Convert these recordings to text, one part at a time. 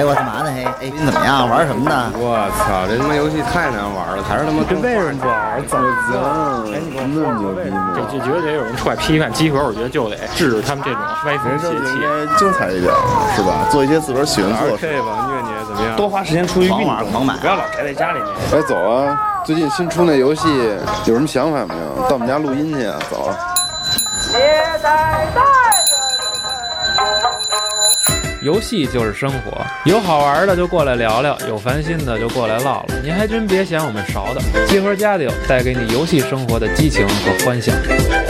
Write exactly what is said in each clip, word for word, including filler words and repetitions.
哎，我干嘛呢？嘿，哎，你怎么样？玩什么呢？ 我操，这他妈游戏太难玩了，还是他妈这为什么不玩？怎么脏？哎，你跟我说牛逼吗？ 这就觉得得有人出来批判集合，我觉得就得制止他们这种歪风邪气。 应该精彩一点，是吧？做一些自个儿喜欢做的事。 这吧，虐你怎么样？ 多花时间出去运动， 狂买， 不要老宅在家里面。 哎，走啊！最近新出那游戏有什么想法没有？到我们家录音去啊！走。 游戏就是生活，有好玩的就过来聊聊，有烦心的就过来唠唠。您还真别嫌我们勺的，集合家里有带给你游戏生活的激情和欢笑。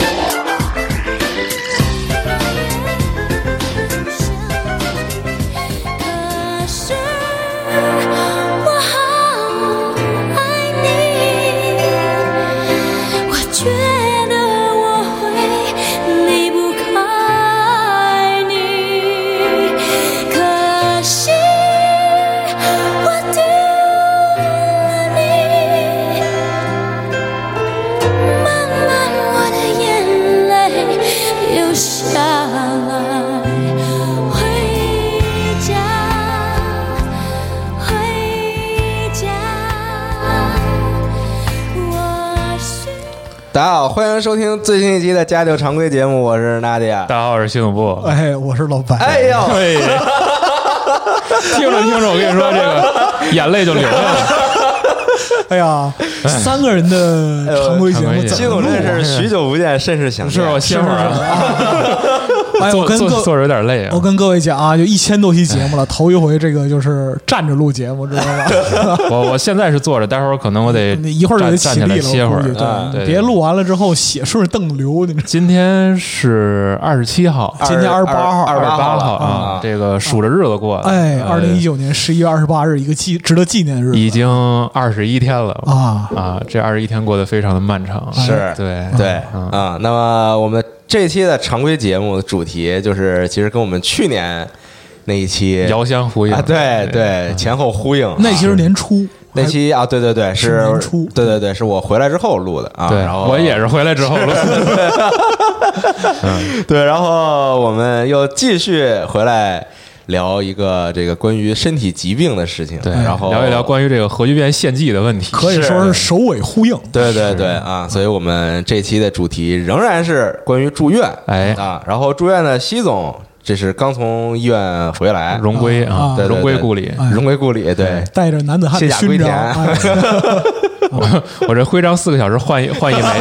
大家好，欢迎收听最新一期的家庭常规节目，我是娜迪亚。 大家好，我是系统部。 哎，我是老白。 哎呦， 对，听着听着，我跟你说，这个眼泪就流下来了。 哎呀，三个人的常规节目， 系统真是许久不见，甚是想念。 是我歇会儿啊。 哎，我跟各坐着有点累啊。 我跟各位讲啊，就一千多期节目了，头一回这个就是站着录节目，知道吗？ 我我现在是坐着，待会儿可能我得一会儿就得起立了， 歇会儿。 对，别录完了之后血顺着凳流。 今天是二十七号， 今天二十八号， 二十八号啊，这个数着日子过的。 哎，二零一九年十一月二十八日，一个纪值得纪念的日子， 已经二十一天了啊啊！这二十一天过得非常的漫长。 是， 对对啊。那么我们这期的常规节目的主题就是，其实跟我们去年那一期遥相呼应， 啊、对对，前后呼应。 那期是年初， 那期啊，对对对， 是年初， 对对对，是我回来之后录的啊。 对， 然后我也是回来之后录的。 嗯、对，然后我们又继续回来聊一个这个关于身体疾病的事情， 对， 然后聊一聊关于这个核聚变献祭的问题， 可以说是首尾呼应。 对对对啊，所以我们这期的主题仍然是关于住院， 哎啊，然后住院的西总，这是刚从医院回来， 荣归啊， 对， 荣归故里， 荣归故里，对， 带着男子汉的勋章。 哎、 我我这徽章四个小时换一换一枚。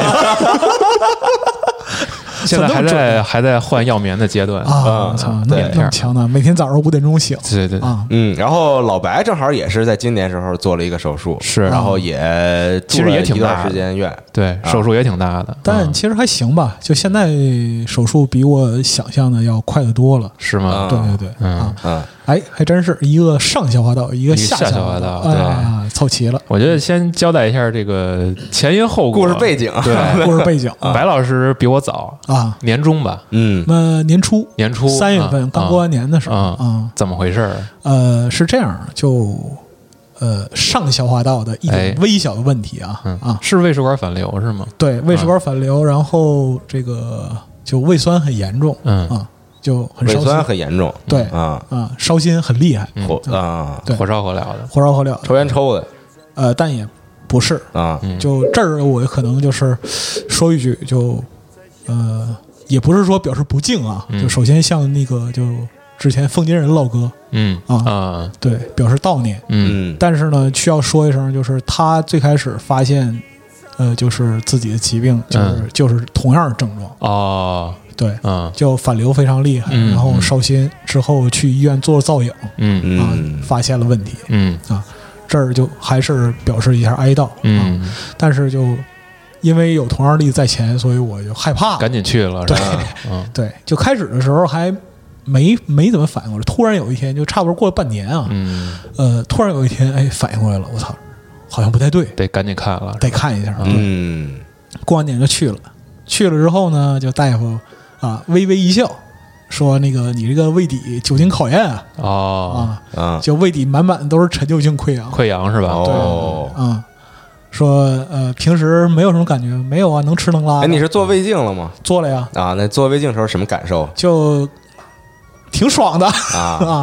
现在还在还在换药棉的阶段啊！操，那么强呢！每天早上五点钟醒， 对对啊， 嗯。然后老白正好也是在今年时候做了一个手术， 是， 然后也其实也挺大时间院， 对，手术也挺大的， 但其实还行吧。就现在手术比我想象的要快得多了， 是吗？ 对对对， 嗯嗯。 哎，还真是一个上消化道，一个下消化道， 对啊，凑齐了。 我觉得先交代一下这个前因后果、 故事背景， 对， 故事背景。 白老师比我早啊， 年中吧， 嗯， 那年初， 年初三月份刚过完年的时候啊，怎么回事？ 呃，是这样，就呃上消化道的一点微小的问题啊啊， 是胃食管反流是吗？ 对，胃食管反流，然后这个就胃酸很严重， 嗯啊。就很烧心， 胃酸很严重， 对啊啊，烧心很厉害， 火啊， 对， 火烧火燎的， 火烧火燎， 抽烟抽的， 呃，但也不是啊， 就这儿我可能就是说一句，就呃，也不是说表示不敬啊，就首先向那个就之前奉金人老哥， 嗯啊啊， 对，表示悼念， 嗯， 但是呢，需要说一声，就是他最开始发现，呃，就是自己的疾病，就是就是同样的症状哦。 对， 嗯， 就反流非常厉害， 嗯、 然后烧心，之后去医院做造影， 嗯啊，发现了问题， 嗯啊，这儿就还是表示一下哀悼， 嗯， 啊、但是就因为有同样力在前，所以我就害怕， 赶紧去了， 对， 嗯、 对，就开始的时候还没没怎么反应过来，突然有一天，就差不多过了半年啊， 嗯， 呃，突然有一天，哎，反应过来了，我操，好像不太对， 得赶紧看了， 得看一下， 嗯， 过完年就去了，去了之后呢，就大夫。啊，微微一笑，说：“那个你这个胃底酒精考验啊， 哦啊，就胃底满满都是陈旧性溃疡， 溃疡是吧？ 哦， 啊，说呃平时没有什么感觉，没有啊，能吃能拉。 哎，你是做胃镜了吗？ 做了呀。 啊，那做胃镜时候什么感受？ 就挺爽的啊啊，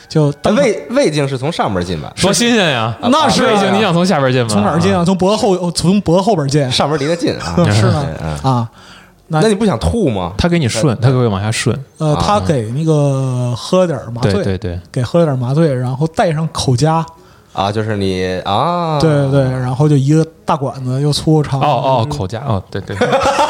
就当胃胃镜是从上边进吧？ 多新鲜呀！ 那是啊胃镜你想从下边进吗？ 从哪儿进啊？从脖子后，从脖子后边进， 上边离得近啊。 是吗？啊，那那你不想吐吗？ 他给你顺，他会往下顺。 呃，他给那个喝了点麻醉， 对对对， 给喝了点麻醉，然后带上口夹。 啊，就是你啊， 对对对，然后就一个大管子，又粗又长。 哦哦，口夹哦，对对。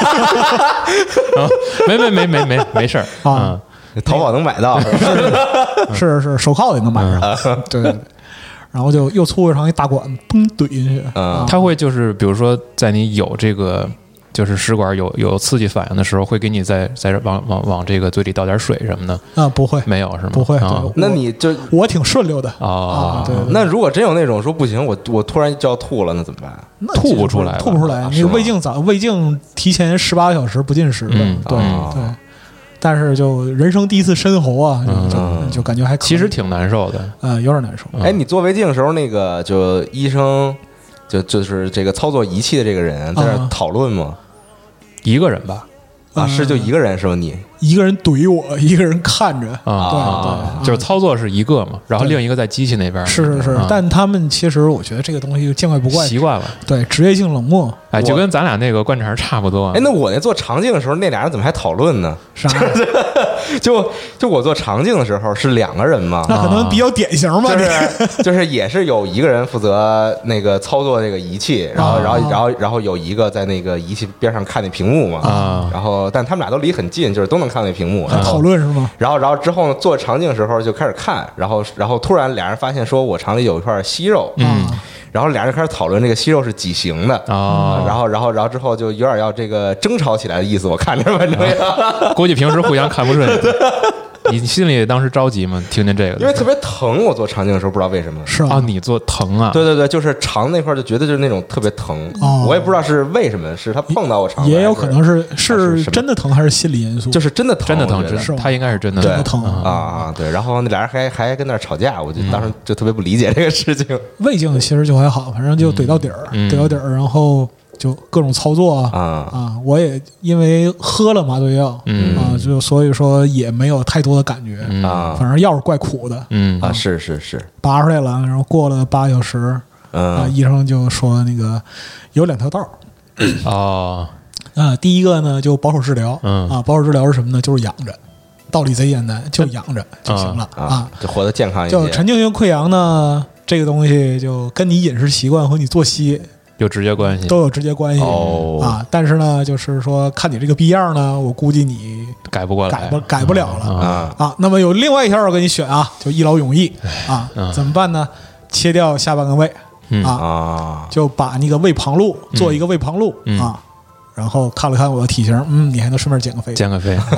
没没没没没没事儿啊， 淘宝能买到， 是是，手铐也能买上。对对对，然后就又粗又长一大管子，嘣怼进去。 嗯， 他会就是比如说在你有这个。就是食管有有刺激反应的时候，会给你在在这往往往这个嘴里倒点水什么的啊？不会， 没有是吗？ 不会。 啊、 那你就我挺顺溜的啊。 对， 那如果真有那种说不行，我我突然就要吐了，那怎么办？ 吐不出来， 吐不出来。那个胃镜早，胃镜提前十八个小时不进食的。 嗯， 对对。但是就人生第一次深喉啊，就就感觉还其实挺难受的， 呃，有点难受。 哎，你做胃镜的时候，那个就医生就就是这个操作仪器的这个人在那讨论吗？ 一个人吧， 啊，是就一个人是吧？你一个人怼我，一个人看着啊，对对，就是操作是一个嘛，然后另一个在机器那边。 是是是，但他们其实我觉得这个东西见怪不怪， 习惯了。 对，职业性冷漠， 哎，就跟咱俩那个观察差不多。 哎，那我那做肠镜的时候，那俩人怎么还讨论呢？ 啥？ 就就我做肠镜的时候是两个人嘛， 那可能比较典型嘛， 就是就是也是有一个人负责那个操作这个仪器，然后然后然后然后有一个在那个仪器边上看那屏幕嘛， 啊， 然后但他们俩都离很近，就是都能看那屏幕。 讨论是吗？ 然后然后之后做肠镜的时候就开始看，然后然后突然俩人发现说我肠里有一块息肉， 嗯。 然后俩人开始讨论这个息肉是几型的啊， 然后然后然后之后就有点要这个争吵起来的意思，我看着反正估计平时互相看不顺眼。你心里当时着急吗？听见这个， 因为特别疼。我做肠镜的时候不知道为什么， 是啊，你做疼啊？ 对对对，就是肠那块就觉得就是那种特别疼， 哦、 我也不知道是为什么，是他碰到我肠， 也有可能是是真的疼还是心理因素， 就是真的疼， 真的疼，真的，他应该是真的真的疼啊啊！对，然后那俩人还还跟那吵架，我就当时就特别不理解这个事情。 胃镜其实就还好，反正就怼到底儿，怼到底儿，然后。就各种操作啊啊！我也因为喝了麻醉药， 嗯啊，就所以说也没有太多的感觉啊。 反正药是怪苦的， 嗯啊，是是是， 拔出来了，然后过了八个小时，啊，医生就说那个有两条道哦， 啊，第一个呢就保守治疗， 嗯啊，保守治疗是什么呢？就是养着，道理贼简单，就养着就行了啊， 就活得健康一些。 就陈静性溃疡呢，这个东西就跟你饮食习惯和你作息。 有直接关系， 都有直接关系、 哦、 啊！但是呢，就是说，看你这个逼样呢，我估计你改不过来， 改不改不了了、 嗯、 啊啊！那么有另外一条我给你选啊，就一劳永逸啊、 嗯！ 怎么办呢？切掉下半个胃、 嗯、 啊，就把那个胃旁路做一个胃旁路、 嗯、 啊，然后看了看我的体型，嗯，你还能顺便减个肥， 减个肥。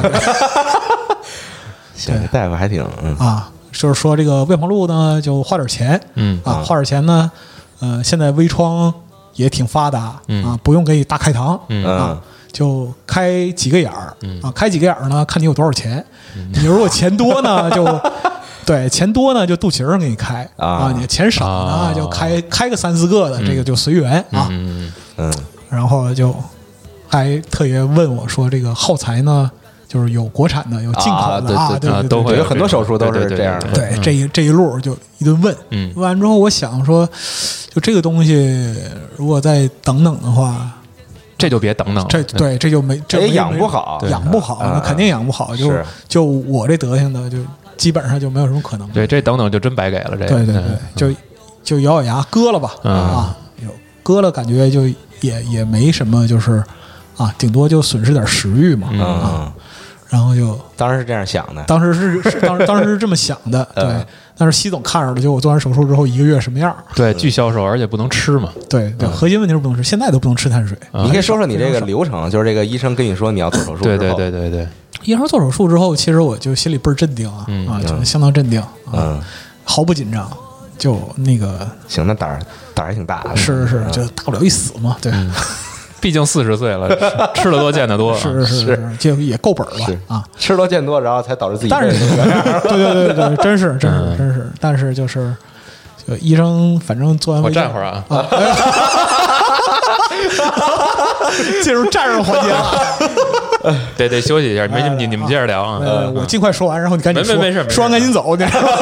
行，大夫还挺、嗯、 啊，就是说这个胃旁路呢，就花点钱， 嗯啊，花点钱呢，呃，现在微创。也挺发达、 嗯、 啊，不用给你大开膛、 嗯、 啊，就开几个眼儿、 嗯、 啊，开几个眼儿呢，看你有多少钱。嗯、你如果钱多呢，就对钱多呢就肚脐上给你开啊, 啊，你钱少呢、啊、就开开个三四个的， 嗯、 这个就随缘啊。 嗯嗯， 然后就还特别问我说，这个耗材呢？就是有国产的，有进口的啊，对对对， 都会有很多手术都是这样的。 对，这一这一路就一顿问， 嗯， 问完之后，我想说，就这个东西，如果再等等的话， 这就别等等了。 这对，这就没，这也养不好， 养不好，那肯定养不好。就就我这德行的，就基本上就没有什么可能。 对，这等等就真白给了。这对对对，就就咬咬牙割了吧，啊，有割了，感觉就也也没什么，就是啊，顶多就损失点食欲嘛，啊。然后就当时是这样想的， 当时是是当当时是这么想的，对。嗯、但是西总看着了，就我做完手术之后一个月什么样？ 对，巨销售，而且不能吃嘛。 对对，核心问题是不能吃，现在都不能吃碳水。 嗯、 你可以说说你这个流程，就是这个医生跟你说你要做手术之后， 对对对对对， 医生做手术之后，其实我就心里倍儿镇定啊， 嗯、 啊，就相当镇定， 嗯， 啊、毫不紧张，就那个行，那胆儿胆儿还挺大的， 是是，就大不了一死嘛，对。 嗯毕竟四十岁了，吃的多见得多， 是是是，就也够本了啊！ 吃多见多，然后才导致自己。 但是，对对对对，真是真是真是，但是就是，就医生反正做完， 我站会儿啊， 进入站着环节了。 得得休息一下，没你你们接着聊啊。 呃，我尽快说完，然后你赶紧说， 没没事， 说完赶紧走。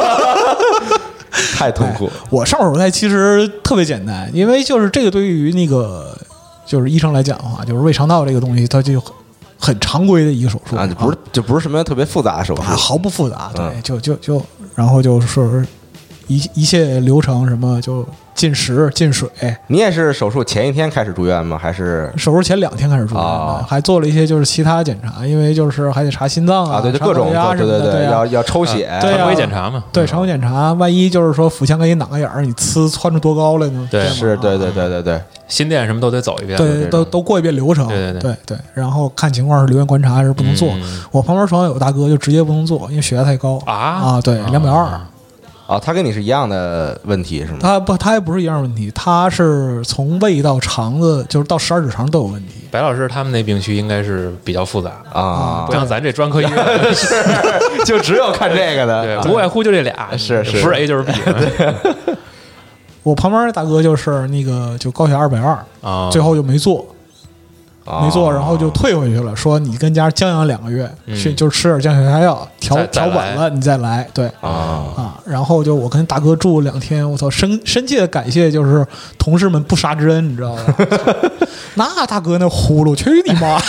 太痛苦。 我上手菜其实特别简单，因为就是这个对于那个就是医生来讲的话，就是胃肠道这个东西，它就很常规的一个手术啊，就不是就不是什么特别复杂的手术， 毫不复杂。对，就就就然后就是一一切流程什么就进食进水。 你也是手术前一天开始住院吗？还是手术前两天开始住院的、哦、还做了一些就是其他检查，因为就是还得查心脏啊， 啊对，就各种对对对对， 要要抽血， 啊、对常规检查嘛， 对常规检查，万一就是说腹腔给你哪个眼儿，你呲窜出多高来呢？ 对， 是，对对对对对， 心电什么都得走一遍， 对，都都过一遍流程， 对对对对对，然后看情况是留院观察还是不能做。嗯、我旁边床有个大哥就直接不能做，因为血压太高啊啊，对，两百二。 啊，他跟你是一样的问题是吗？ 他不，他也不是一样的问题，他是从胃到肠子，就是到十二指肠都有问题。 白老师他们那病区应该是比较复杂啊， 不像咱这专科医院是就只有看这个的， 对，无外乎就这俩， 是是， 不是 A 就是 B。 我旁边大哥就是那个就高血压二百二，最后就没做。没做，然后就退回去了，说你跟家将养两个月，去、嗯、就吃点降血压药，调调稳了你再来。对啊啊，然后就我跟大哥住两天，我操，深深切的感谢就是同事们不杀之恩，你知道吗？那大哥那呼噜，去你妈！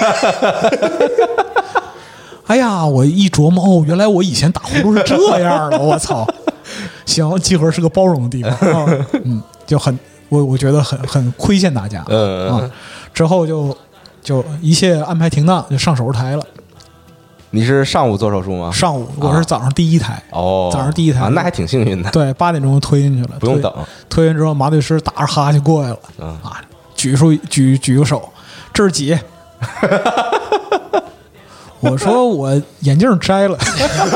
哎呀，我一琢磨，哦，原来我以前打呼噜是这样的，我操！行，集合是个包容的地方，啊、嗯，就很我我觉得很很亏欠大家，嗯啊。之后就就一切安排停当，就上手术台了。 你是上午做手术吗？ 上午，我是早上第一台。 哦， 早上第一台、 啊，那还挺幸运的。 对，八点钟推进去了， 不用等。 推进之后，麻醉师打着哈欠过来了，嗯、啊，举出举举个手，这是几？我说我眼镜摘了。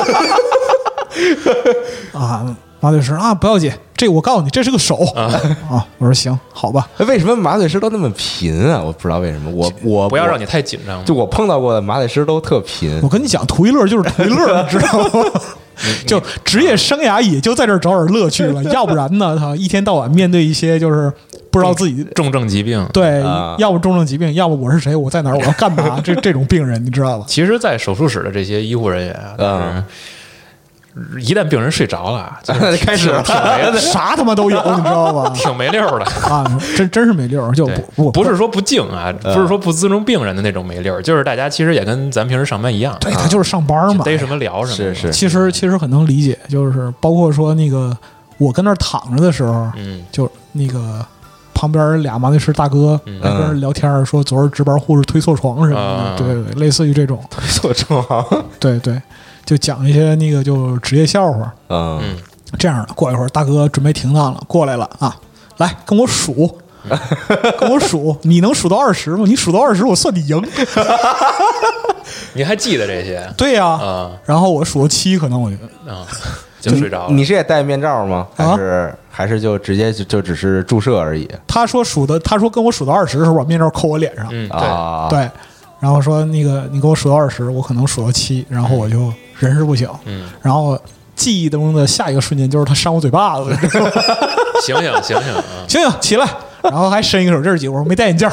啊。麻醉师啊，不要紧，这我告诉你，这是个手啊啊！我说行，好吧。 为什么麻醉师都那么贫啊？我不知道为什么。我我不要让你太紧张。 就我碰到过的麻醉师都特贫。 我跟你讲，图一乐就是图一乐，你知道吗？就职业生涯也就在这儿找点乐趣了，要不然呢，他一天到晚面对一些就是不知道自己重症疾病， 对， 啊、 要不重症疾病，要不我是谁，我在哪儿，我要干嘛？这这种病人，你知道吧？ 其实，在手术室的这些医护人员啊，嗯。一旦病人睡着了，就是开始啥他妈都有，你知道吧？ 挺没溜的啊，真真是没溜，就不不是说不敬啊，不是说不尊重病人的那种没溜，就是大家其实也跟咱平时上班一样， 对他就是上班嘛， 逮什么聊什么。 是是， 其实其实很能理解，就是包括说那个我跟那儿躺着的时候，嗯，就那个旁边俩麻醉师大哥在跟人聊天，说昨儿值班护士推错床什么的，对对对，类似于这种推错床， 对对。就讲一些那个就职业笑话， 嗯， 这样的。过一会儿大哥准备停当了，过来了啊，来跟我数，跟我数，你能数到二十吗？你数到二十，我算你赢。 你还记得这些？ 对呀、啊， 啊， 然后我数到七，可能我就啊就睡着了。 你是也戴面罩吗？还是、啊、还是就直接就就只是注射而已？ 他说数的，他说跟我数到二十的时候，把面罩扣我脸上。 嗯， 啊， 对。然后说那个你给我数到二十，我可能数到七，然后我就人事不省。嗯，然后记忆中的下一个瞬间就是他扇我嘴巴子。 醒醒醒醒啊！ 醒醒起来！然后还伸一个手，这是几？我说没戴眼镜。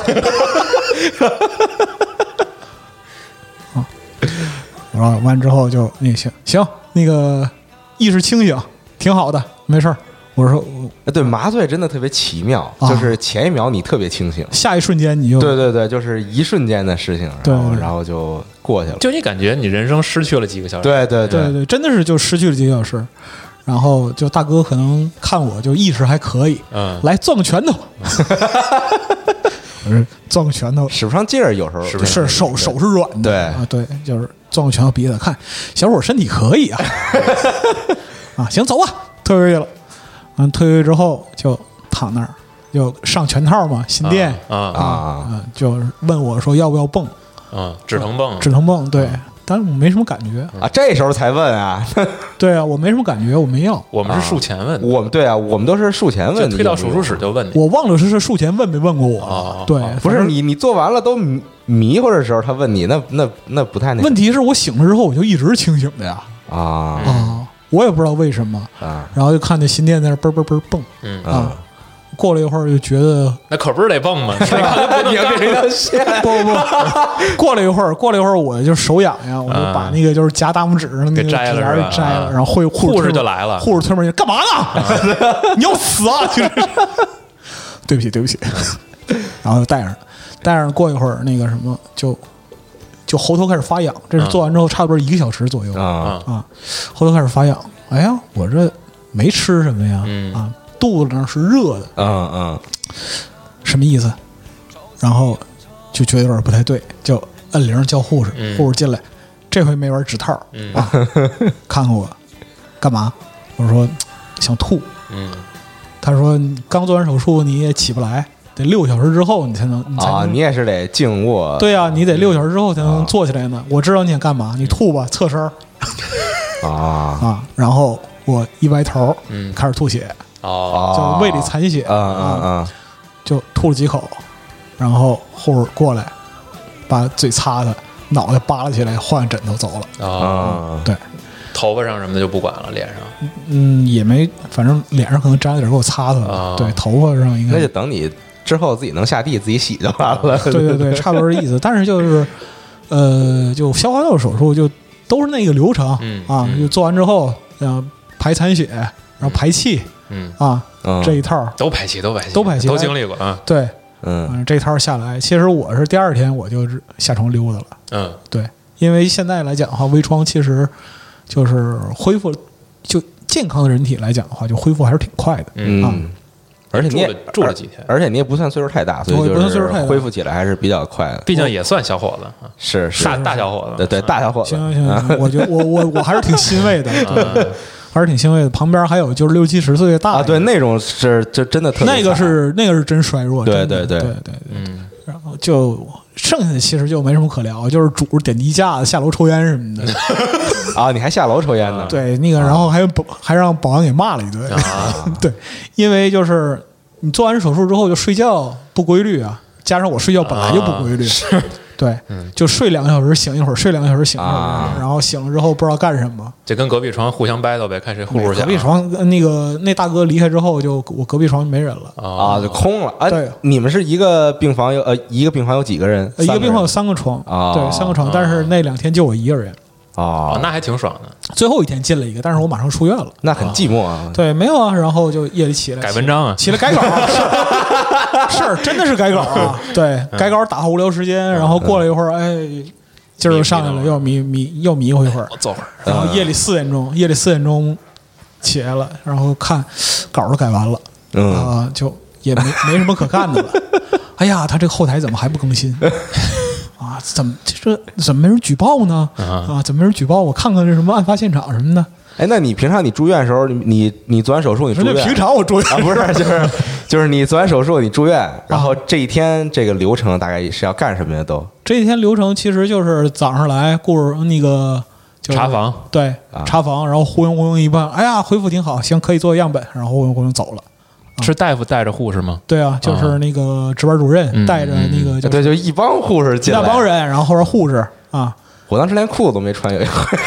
啊，然后完之后就那行行，那个意识清醒，挺好的，没事儿。我说， 对，麻醉真的特别奇妙，啊、就是前一秒你特别清醒， 下一瞬间你就对对对，就是一瞬间的事情，然后对对对然后就过去了， 就你感觉你人生失去了几个小时， 对对对对，真的是就失去了几个小时。然后就大哥可能看我就意识还可以， 嗯， 来攥个拳头，我说攥个拳头使不上劲儿，有时候是不是手手是软的， 对啊对，就是攥个拳头逼他看小伙身体可以啊，啊行走吧，推回去了。嗯，推回之后就躺那儿，就上全套嘛，心电啊啊啊，就是问我说要不要蹦啊，止疼泵， 止疼泵，对，但是我没什么感觉啊，这时候才问啊， 对啊，我没什么感觉，我没要， 我们是术前问， 我们对啊，我们都是术前问， 推到手术室就问你， 我忘了是是术前问没问过我，对， 不是你你做完了都迷糊的时候他问你，那那那不太那， 问题是我醒了之后我就一直清醒的呀， 啊啊。我也不知道为什么啊，然后就看那心电在那嘣嘣嘣蹦， 嗯啊， 过了一会儿就觉得那可不是得蹦吗？你看你要变成一条线， 不不不，过了一会儿，过了一会儿我就手痒痒，我就把那个就是夹大拇指的那个指甲给摘了，然后护护士就来了， 护士推门干嘛呢？你要死啊！就是对不起对不起，然后就戴上，戴上过一会儿那个什么就就喉头开始发痒，这是做完之后差不多一个小时左右啊啊，喉头开始发痒，哎呀，我这没吃什么呀啊。肚子上是热的， 嗯嗯， 什么意思？然后就觉得有点不太对，就摁铃叫护士， 嗯、 护士进来，这回没玩指套， 嗯啊、看看我干嘛？我说想吐， 嗯， 他说你刚做完手术你也起不来，得六个小时之后你才能，你才能啊，你也是得静卧， 对啊，你得六个小时之后才能坐起来呢。啊、我知道你想干嘛，你吐吧，侧身啊啊，然后我一歪头， 嗯， 开始吐血。 哦， 就胃里残血， 啊啊啊， 就吐了几口，然后护士过来把嘴擦擦，脑袋扒拉起来换枕头走了。 啊， 对， 头发上什么的就不管了，脸上， 嗯，也没，反正脸上可能沾了点，给我擦擦了。 啊、 对，头发上应该那就等你之后自己能下地自己洗就完了。 对对对，差不多这意思。但是就是，呃，就消化道手术就都是那个流程、 嗯、 啊， 嗯、 就做完之后，呃，排残血，然后排气。 嗯啊， 嗯、 这一套都排气，都排气， 都排气， 都经历过啊。 对， 嗯， 这一套下来，其实我是第二天我就下床溜达了。 嗯， 对，因为现在来讲的话，微创其实就是恢复，就健康的人体来讲的话，就恢复还是挺快的。 嗯， 啊、 而且你也住了住了几天， 而且你也不算岁数太大，所以就是恢复起来还是比较快的。 毕竟也算小伙子， 是是大大小伙子， 对对，大小伙子。 行行行，我觉得我我我还是挺欣慰的。对还是挺欣慰的，旁边还有就是六七十岁的大啊，对，那种是这真的特别， 那个是那个是真衰弱， 对对对对对对，嗯，然后就剩下的其实就没什么可聊，就是拄着点滴架子下楼抽烟什么的啊，你还下楼抽烟呢？ 对，那个然后还保还让保安给骂了一顿， 啊、 对，因为就是你做完手术之后就睡觉不规律啊，加上我睡觉本来就不规律， 啊、是。 对，就睡两个小时醒一会儿，睡两个小时醒一会儿， 啊、 然后醒了之后不知道干什么， 就跟隔壁床互相 battle 呗，看谁呼呼响。 隔壁床那个那大哥离开之后，就我隔壁床就没人了啊，就空了。啊， 对， 你们是一个病房有呃一个病房有几个人？ 一个病房有三个床啊， 对，三个床，但是那两天就我一个人。 哦， 那还挺爽的。 最后一天进了一个，但是我马上出院了， 那很寂寞啊。 对，没有啊，然后就夜里起来改文章啊， 起来改稿，是是，真的是改稿啊。对，改稿打发无聊时间，然后过了一会儿，哎，今儿又上来了，又迷迷又迷糊一会儿， 我坐会儿。 然后夜里四点钟，夜里四点钟起来了，然后看稿都改完了，啊，就也没没什么可干的了。哎呀，他这个后台怎么还不更新？啊，怎么这怎么没人举报呢？啊，怎么没人举报？我看看这什么案发现场什么的。 哎，那你平常你住院的时候，你你你做完手术你住院？ 平常我住院啊，不是，就是就是你做完手术你住院，然后这一天这个流程大概是要干什么呀？都这一天流程其实就是早上来顾着那个查房， 对，查房，然后忽悠忽悠一半，哎呀，恢复挺好，行，可以做样本，然后忽悠忽悠走了。 是大夫带着护士吗？ 对啊，就是那个值班主任带着那个， 对，就一帮护士进来， 那帮人，然后后边护士啊， 我当时连裤子都没穿，有一回，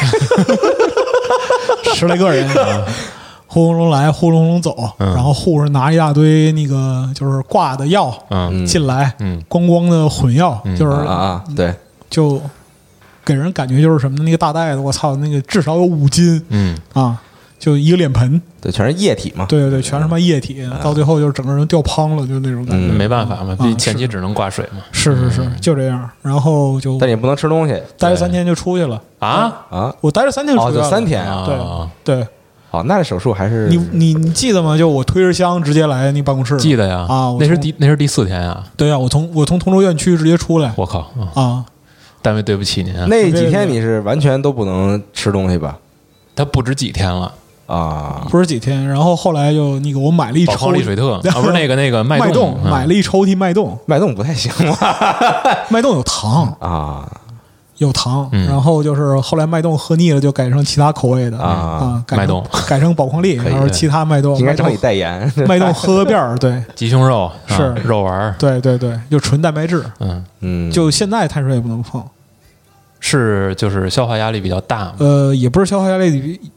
十来个人，呼隆隆来，呼隆隆走，然后护士拿一大堆那个就是挂的药进来，咣咣的混药，就是啊，对， 就给人感觉就是什么那个大袋子，我操，那个至少有五斤， 嗯啊。就一个脸盆， 对，全是液体嘛。 对对对，全是他妈液体，到最后就是整个人掉胖了，就那种感觉。 嗯、没办法嘛，毕前期只能挂水嘛。 是是是，就这样。然后就， 但也不能吃东西， 待了三天就出去了啊啊！ 我待了三天就出去了， 哦，就三天啊！对对。 哦，那这手术还是你你你记得吗？就我推着箱直接来那办公室， 记得呀啊！ 那是第那是第四天呀。 对呀，我从我从通州院区直接出来。 我靠啊！ 单位对不起您啊！ 那几天你是完全都不能吃东西吧？ 他不止几天了。 啊， 不是几天，然后后来就那个我买了一抽宝矿力水特，啊不是那个那个脉动，买了一抽屉脉动， 脉动不太行吧？ 脉动有糖啊， 有糖，然后就是后来脉动喝腻了，就改成其他口味的啊， 脉动改成宝矿力，然后其他脉动应该找你代言， 脉动喝个遍儿，对， 鸡胸肉是肉丸， 对对对，就纯蛋白质， 嗯嗯， 就现在碳水也不能碰， 是就是消化压力比较大， 呃，也不是消化压力。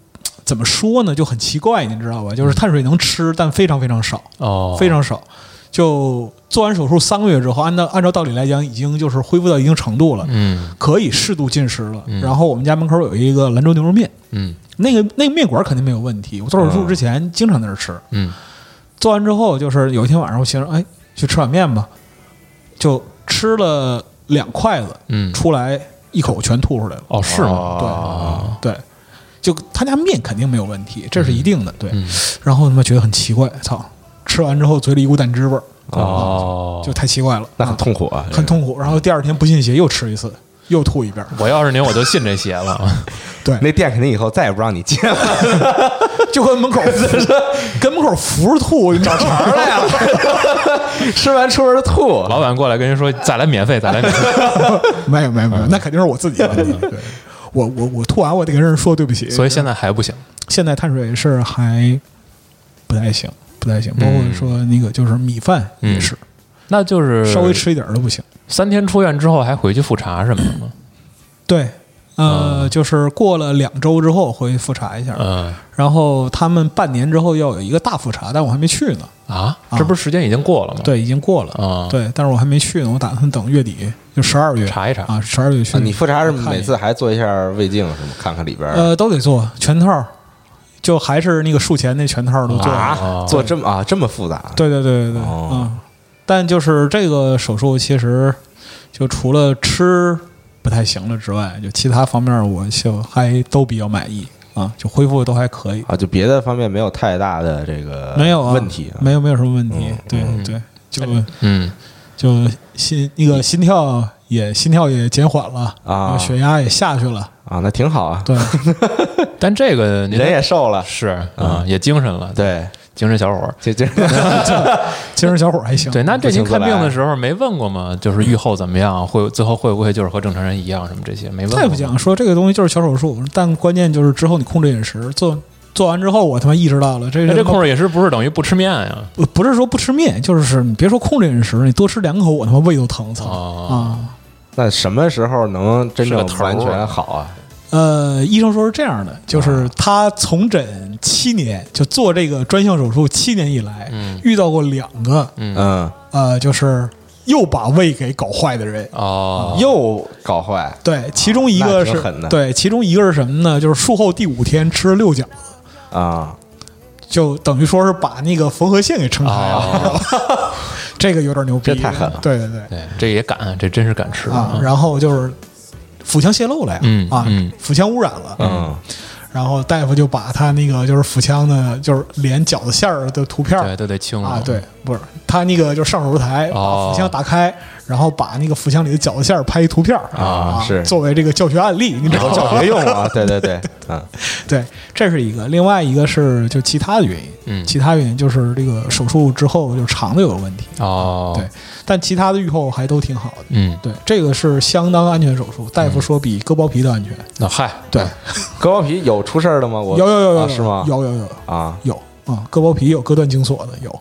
怎么说呢，就很奇怪，你知道吧？就是碳水能吃，但非常非常少， 哦， 非常少。就做完手术三个月之后，按照按照道理来讲，已经就是恢复到一定程度了， 嗯， 可以适度进食了。 嗯、 然后我们家门口有一个兰州牛肉面， 嗯， 那个那个面馆肯定没有问题。我做手术之前经常在那吃， 嗯， 做完之后就是有一天晚上我寻思，哎，去吃碗面吧，就吃了两筷子， 嗯， 出来一口全吐出来了。 哦，是吗？ 哦、对对，就他家面肯定没有问题，这是一定的。对， 嗯、 然后他妈觉得很奇怪，操！吃完之后嘴里一股胆汁味儿， 哦， 就太奇怪了， 那很痛苦啊， 很痛苦。然后第二天不信邪又吃一次，又吐一遍。 我要是您，我就信这邪了。 对， 那店肯定以后再也不让你进了， 就跟门口跟门口扶着吐，找茬来了。 吃完出门吐， 老板过来跟人说再来免费，再来免费。 没有没有没有，那肯定是我自己的问题。对，我我我吐完我得跟人说对不起。 所以现在还不行， 现在碳水是还不太行。不太行，包括说那个就是米饭也是， 嗯、那就是稍微吃一点都不行。 三天出院之后还回去复查什么的吗？ 对，呃， 嗯、 就是过了两周之后回去复查一下， 嗯， 然后他们半年之后要有一个大复查，但我还没去呢。 啊，这不是时间已经过了吗？ 对，已经过了啊， 对，但是我还没去呢，我打算等月底，就十二月查一查啊，十二月去、 啊。你复查是每次还做一下胃镜什么，看看里边？ 呃，都得做全套。就还是那个术前那全套都做啊，做这么啊这么复杂？ 对对对对对，哦、嗯。但就是这个手术，其实就除了吃不太行了之外，就其他方面我就还都比较满意啊，就恢复都还可以啊，就别的方面没有太大的这个没有啊问题， 没有没有什么问题， 嗯、 对、 嗯、 对，就嗯， 就心那个心跳也心跳也减缓了啊， 血压也下去了啊，那挺好啊， 对。 但这个人也瘦了， 是啊、嗯，也精神了， 对， 精神小伙， 这这精神小伙还行。 对，那这您看病的时候没问过吗？就是预后怎么样？会最后会不会就是和正常人一样？什么这些没问过。 大夫讲说这个东西就是小手术，但关键就是之后你控制饮食。做做完之后，我他妈意识到了，这这控制饮食不是等于不吃面呀？ 不不是说不吃面，就是你别说控制饮食，你多吃两口，我他妈胃都疼操啊！ 那什么时候能真正完全好啊？ 呃，医生说是这样的，就是他从诊七年，就做这个专项手术七年以来， 嗯、 遇到过两个， 嗯呃，就是又把胃给搞坏的人哦， 又搞坏。 对，其中一个是对，其中一个是什么呢？就是术后第五天吃了六饺子啊， 就等于说是把那个缝合线给撑开了，哦、这个有点牛逼， 这太狠了。 对对对， 对，这也敢，这真是敢吃啊！然后就是腹腔泄漏了呀， 嗯啊， 嗯、 腹腔污染了， 嗯。 然后大夫就把他那个就是腹腔的，就是连饺子馅儿的图片， 对，都得清啊，对，不是他那个就是上手术台把腹腔打开，哦、然后把那个腹腔里的饺子馅儿拍一图片啊，是作为这个教学案例，你知道教学用啊，对对对，嗯， 对，这是一个，另外一个是就其他的原因， 嗯， 其他原因就是这个手术之后就肠子有问题哦， 对，但其他的预后还都挺好的， 嗯， 对，这个是相当安全手术，大夫说比割包皮的安全。 那、嗯、嗨， 对， 割包皮有出事儿的吗？我有有有有、 啊、是吗？ 有有有啊， 有啊，割包皮有割断精索的有。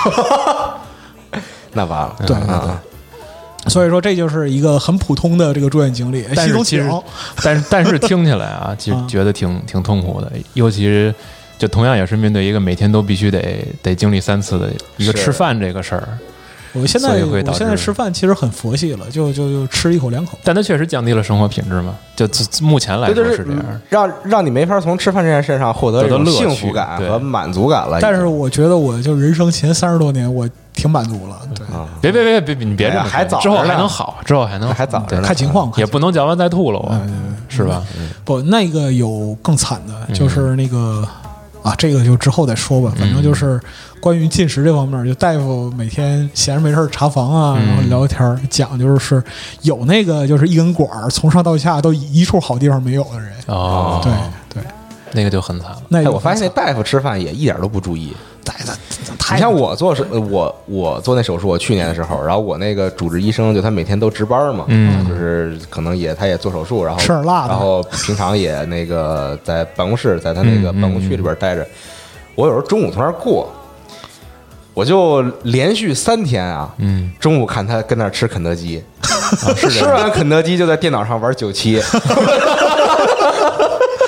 那完了， 对对对。所以说，这就是一个很普通的这个住院经历。 但是其实，但是但是听起来啊，其实觉得挺挺痛苦的，尤其是就同样也是面对一个每天都必须得得经历三次的一个吃饭这个事儿。 我现在我现在吃饭其实很佛系了，就就就吃一口两口。 但它确实降低了生活品质嘛，就目前来说是这样， 让让你没法从吃饭这件事上获得这种幸福感和满足感了。 但是我觉得，我就人生前三十多年，我挺满足了。对， 啊、 别别别别，你别这么， 还早， 之后还能好，之后还能还早着呢， 看情况， 也不能嚼完再吐了，我是吧？ 不，那个有更惨的，就是那个。啊，这个就之后再说吧。反正就是关于进食这方面，就大夫每天闲着没事查房啊，然后聊天讲，就是有那个就是一根管从上到下都一处好地方没有的人。 哦， 对对， 那个就很惨了。 那我发现那大夫吃饭也一点都不注意。 你像我做手，我我做那手术，我去年的时候，然后我那个主治医生就他每天都值班嘛， 嗯， 就是可能也他也做手术，然后吃点辣的， 然后平常也那个在办公室，在他那个办公区里边待着。我有时候中午从那儿过，我就连续三天啊， 嗯， 中午看他跟那儿吃肯德基，吃完肯德基就在电脑上玩九七。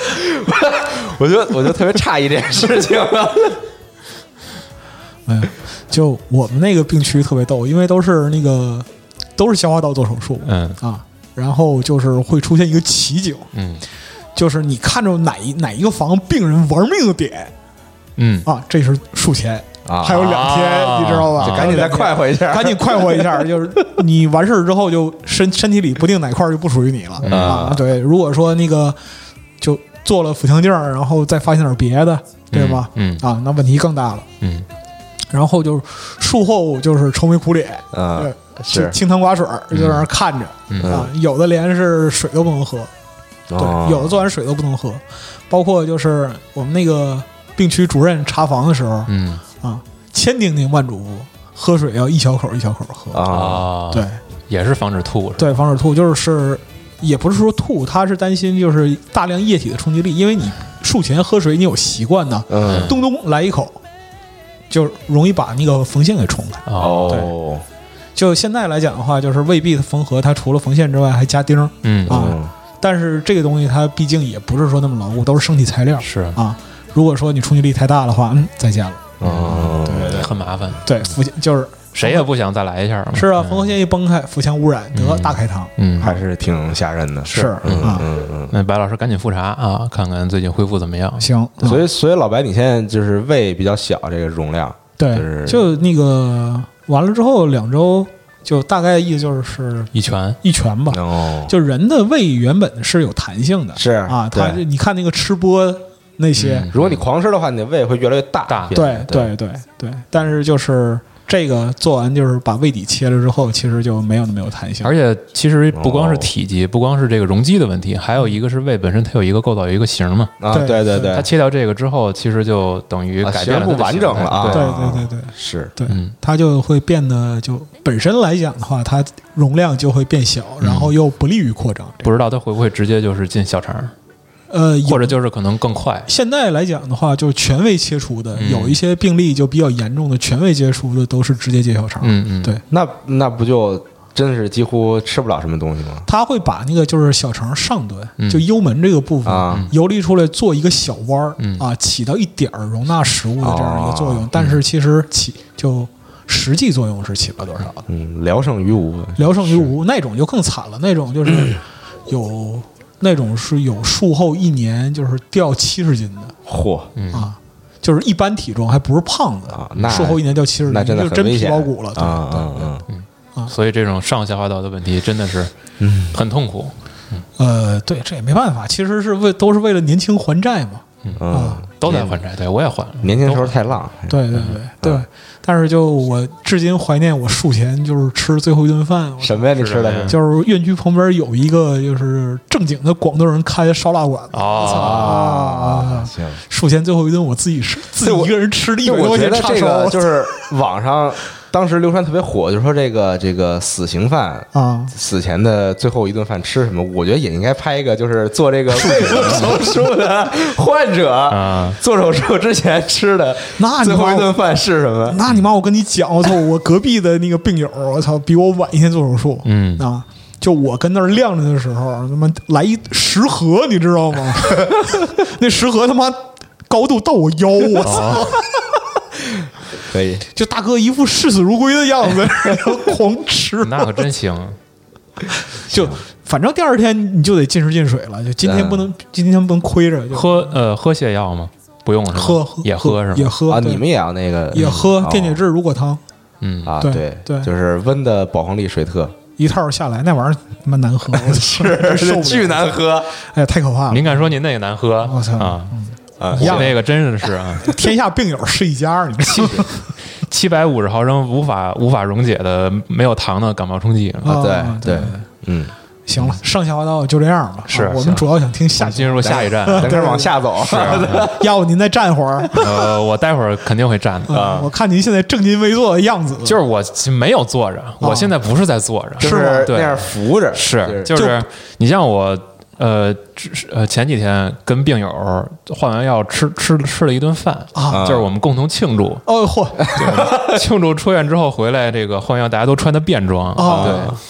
我就我就特别诧异这件事情啊。 哎呀，就我们那个病区特别逗，因为都是那个都是消化道做手术， 嗯啊，然后就是会出现一个奇景， 嗯， 就是你看着哪一哪一个房病人玩命的点， 嗯啊，这是术前。 啊， 还有两天， 啊、 你知道吧？ 就赶紧再快活一下， 赶紧快活一下。就是你完事儿之后，就身身体里不定哪块就不属于你了、 嗯、 啊。对，如果说那个就做了腹腔镜，然后再发现点别的，对吧？ 嗯, 嗯啊，那问题更大了。 嗯， 然后就是术后就是愁眉苦脸， 啊， 是清汤寡水，就在那儿看着、 嗯、 啊。有的连是水都不能喝， 嗯、 对，有的做完水都不能喝，包括就是我们那个病区主任查房的时候， 嗯啊。千叮咛万嘱咐，喝水要一小口一小口喝啊， 对， 也是防止吐， 对，防止吐，就是也不是说吐，他是担心就是大量液体的冲击力，因为你术前喝水你有习惯呢， 嗯， 咚咚来一口，就容易把那个缝线给冲开。 哦， 对，就现在来讲的话，就是胃壁的缝合，它除了缝线之外还加钉， 嗯啊，嗯、但是这个东西它毕竟也不是说那么牢固，都是生体材料， 是啊，如果说你冲击力太大的话，嗯，再见了。 哦， 对对，很麻烦。 对，腹腔就是谁也不想再来一下嘛。 是啊，缝合线一崩开，腹腔污染得大开膛， 嗯，还是挺吓人的。 是， 嗯啊， 嗯嗯。 那白老师赶紧复查啊，看看最近恢复怎么样。 行， 所以所以老白，你现在就是胃比较小，这个容量。 对，就那个完了之后两周，就大概意思就是一拳一拳吧。 哦， 就人的胃原本是有弹性的， 是啊，它你看那个吃播。那些、 嗯，如果你狂吃的话，你的胃会越来越大。 大， 对对对对。但是就是这个做完，就是把胃底切了之后，其实就没有那么有弹性。 而且其实不光是体积，哦、不光是这个容积的问题，还有一个是胃本身它有一个构造，有一个形嘛。 啊，对对对。 它切掉这个之后，其实就等于改变了它的不完整了啊。 对对对对， 是对，嗯，它就会变得就本身来讲的话，它容量就会变小，然后又不利于扩张。 不知道它会不会直接就是进小肠？ 呃， 或者就是可能更快。 现在来讲的话，就是全胃切除的， 嗯、 有一些病例就比较严重的，全胃切除的都是直接接小肠。 嗯嗯， 对， 那那不就真是几乎吃不了什么东西吗？ 他会把那个就是小肠上端， 嗯、 就幽门这个部分、 啊、 游离出来，做一个小弯儿、 嗯、 啊，起到一点儿容纳食物的这样一个作用。 哦、 但是其实起就实际作用是起不了多少的。 嗯，聊胜于无， 聊胜于无。那种就更惨了，那种就是有。那种是有术后一年就是掉七十斤的， 嚯、 嗯、 啊，就是一般体重还不是胖子啊，那术后一年掉七十斤， 那真的就真皮包骨了，对啊对嗯嗯啊，所以这种上消化道的问题真的是嗯很痛苦。 嗯、呃，对，这也没办法，其实是为都是为了年轻还债嘛， 嗯啊，都在还债，对我也还了， 年轻时候太浪， 对对对对。嗯但是就我至今怀念我术前就是吃最后一顿饭。 什么呀？你吃的是？ 就是院区旁边有一个就是正经的广东人开的烧腊馆子。 啊， 行。术前最后一顿我自己吃，自己一个人吃了一百多块钱叉烧。 就是网上当时流传特别火，就是说这个这个死刑犯啊， 死前的最后一顿饭吃什么？我觉得也应该拍一个，就是做这个胃部手术的患者啊， 做手术之前吃的那最后一顿饭是什么？ 那你妈！我跟你讲，我操！我隔壁的那个病友，我操，比我晚一天做手术。 嗯啊，就我跟那儿晾着的时候，他妈来一食盒，你知道吗？那食盒他妈高度到我腰，我操！哦可以， 就大哥一副视死如归的样子，然后狂吃， 那可真行。 就反正第二天你就得进食进水了，就今天不能，今天不能亏着。 喝呃喝泻药吗？不用是吧？ 喝喝也喝是吧？ 也喝啊！你们也要那个也喝电解质乳果汤。 嗯啊， 对对，就是温的宝黄力水特一套下来，那玩意儿他妈难喝， 是是巨难喝， 哎呀，太可怕了！ 您敢说您那个难喝？ 我操啊！ 啊， 我那个真的是啊， 天下病友是一家，你七七百五十毫升无法无法溶解的没有糖的感冒冲剂啊！ 对对，嗯， 行了，上下滑道就这样吧。 是我们主要想听下进入下一站， 咱开始往下走。 是， 要不您再站会儿？ 呃，我待会儿肯定会站的啊。我看您现在正襟危坐的样子， 就是我没有坐着，我现在不是在坐着， 是那样扶着， 是就是你像我。呃，呃，前几天跟病友换完药吃吃吃了一顿饭啊， 就是我们共同庆祝。 哦嚯！ 庆祝出院之后回来，这个换药大家都穿的便装， 哦、 对。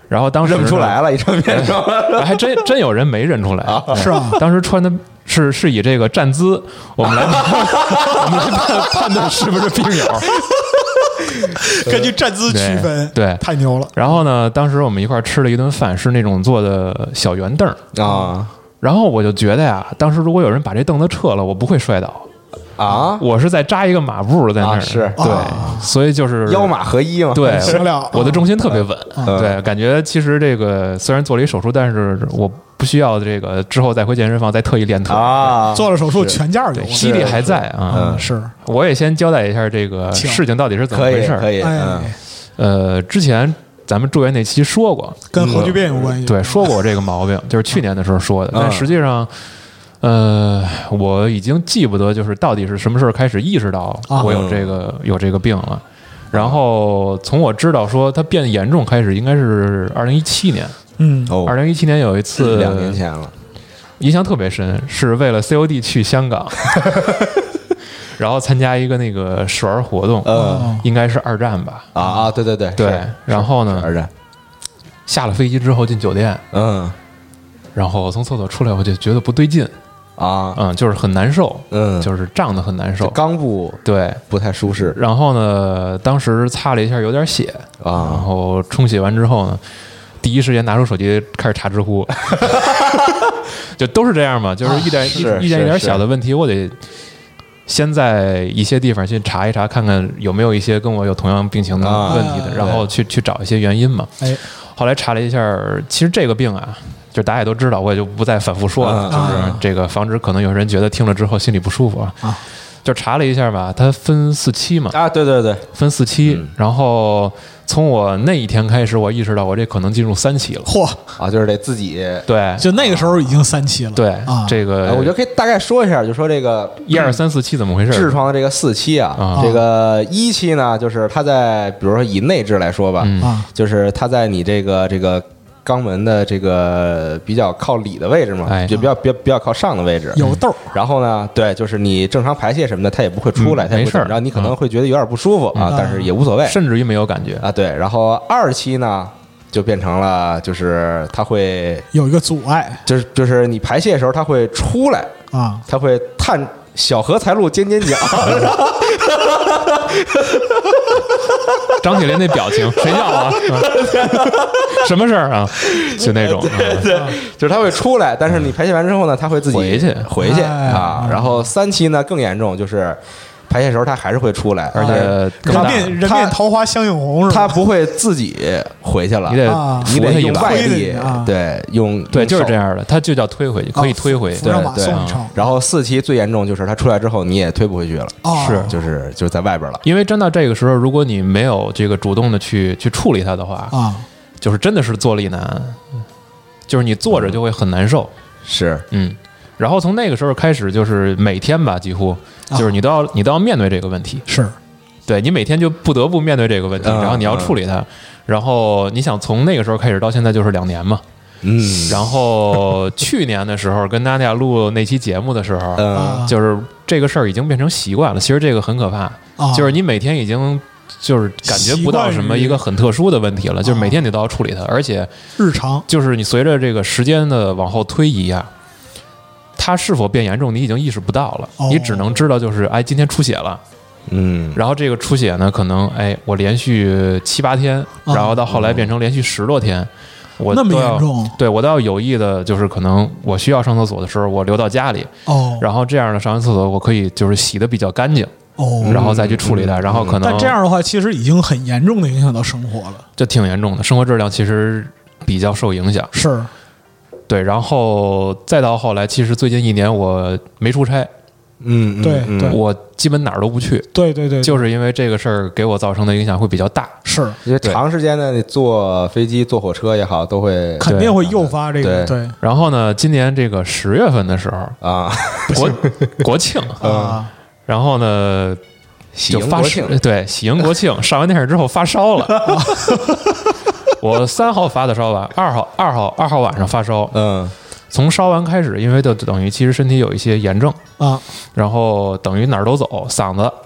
然后当时认不出来了，一张变成还真真有人没认出来， 是吧？ 当时穿的是是以这个站姿，我们来我们来判判断是不是病友。 根据站姿区分， 对，对太牛了。 然后呢，当时我们一块儿吃了一顿饭，是那种做的小圆凳啊。 然后我就觉得呀，当时如果有人把这凳子撤了，我不会摔倒啊。 我是在扎一个马步在那儿， 啊、是对、啊，所以就是腰马合一嘛。 对， 行了， 我的重心特别稳。 啊、 对，感觉其实这个虽然做了一手术，但是我不需要这个之后再回健身房再特意练腿啊。 做了手术全价有， 肌力还在啊。 嗯，是。 我也先交代一下这个事情到底是怎么回事。 可以，可以。嗯， 呃，之前咱们住院那期说过， 跟核聚变有关系。 对，说过我这个毛病，就是去年的时候说的，但实际上。呃，我已经记不得就是到底是什么时候开始意识到我有这个、啊、有这个病了，然后从我知道说它变严重开始，应该是二零一七年。 嗯， 二零一七年有一次， 两年前了， 印象特别深，是为了 C O D 去香港，然后参加一个那个试玩活动， 呃， 应该是二战吧？ 啊啊，对对对对，然后呢， 二战下了飞机之后进酒店， 嗯， 然后从厕所出来，我就觉得不对劲。 啊， 嗯，就是很难受， 嗯， 就是胀得很难受， 肛部对不太舒适。 然后呢，当时擦了一下，有点血啊， 然后冲洗完之后呢，第一时间拿出手机开始查知乎，就都是这样嘛，就是遇点遇遇见一点小的问题，我得先在一些地方去查一查，看看有没有一些跟我有同样病情的问题的， 啊、 然后去去找一些原因嘛。 哎， 后来查了一下，其实这个病啊。就大家也都知道，我也就不再反复说了。 啊、 就是这个，防止可能有人觉得听了之后心里不舒服啊。 啊就查了一下吧，它分四期嘛。 啊，对对对， 分四期。 嗯、 然后从我那一天开始，我意识到我这可能进入三期了。 嚯啊，就是得自己对， 就那个时候已经三期了。 对啊， 这个我觉得可以大概说一下，就说这个一二三四期怎么回事？ 痔疮的这个四期啊， 啊这个一期呢，就是它在比如说以内痔来说吧， 嗯、 就是它在你这个这个。肛门的这个比较靠里的位置嘛， 哎、 就比较比较比较靠上的位置有痘。 然后呢，对，就是你正常排泄什么的，它也不会出来， 嗯、没事儿。 然后你可能会觉得有点不舒服、嗯、啊，但是也无所谓， 甚至于没有感觉啊。对，然后二期呢，就变成了就是它会有一个阻碍， 就是就是你排泄的时候它会出来啊， 它会探小荷才露尖尖角。 张铁林那表情，谁叫啊？什么事儿啊？就那种， 对对，就是它会出来，但是你排泄完之后呢，它会自己回去回去啊。然后三期呢更严重，就是排泄时候它还是会出来， 而且人面人面桃花相映红是吧？ 它不会自己回去了， 你得你得用外力， 啊、 对，用对就是这样的，它就叫推回去，可以推回， 对对。 然后四期最严重就是它出来之后你也推不回去了， 是就是就是在外边了。 因为真到这个时候，如果你没有这个主动的去去处理它的话啊， 就是真的是坐立难，就是你坐着就会很难受， 是嗯。然后从那个时候开始，就是每天吧，几乎就是你都要、啊、你都要面对这个问题， 是对你每天就不得不面对这个问题， 嗯、 然后你要处理它， 嗯、 然后你想从那个时候开始到现在就是两年嘛， 嗯， 然后去年的时候跟娜娜录那期节目的时候， 嗯， 就是这个事儿已经变成习惯了，其实这个很可怕， 啊、 就是你每天已经就是感觉不到什么一个很特殊的问题了，就是每天你都要处理它，而且日常就是你随着这个时间的往后推移啊。它是否变严重，你已经意识不到了， 哦、 你只能知道就是哎，今天出血了， 嗯， 然后这个出血呢，可能哎，我连续七八天， 哦、 然后到后来变成连续十多天， 哦、我那么严重， 对我都要有意的，就是可能我需要上厕所的时候，我留到家里， 哦， 然后这样的上完厕所，我可以就是洗的比较干净， 哦， 然后再去处理它， 嗯、 然后可能， 但这样的话，其实已经很严重的影响到生活了， 就挺严重的，生活质量其实比较受影响， 是。 对，然后再到后来，其实最近一年我没出差， 嗯， 对对， 我基本哪儿都不去， 对对对， 就是因为这个事儿给我造成的影响会比较大， 是因为长时间的你坐飞机、坐火车也好，都会肯定会诱发这个对。 然后呢，今年这个十月份的时候啊， 国国庆啊， 然后呢就发烧，对，喜迎国庆，上完电视之后发烧了。我三号发的烧吧，二号二号二号晚上发烧， 嗯， 从烧完开始，因为就等于其实身体有一些炎症啊， 然后等于哪儿都走，嗓子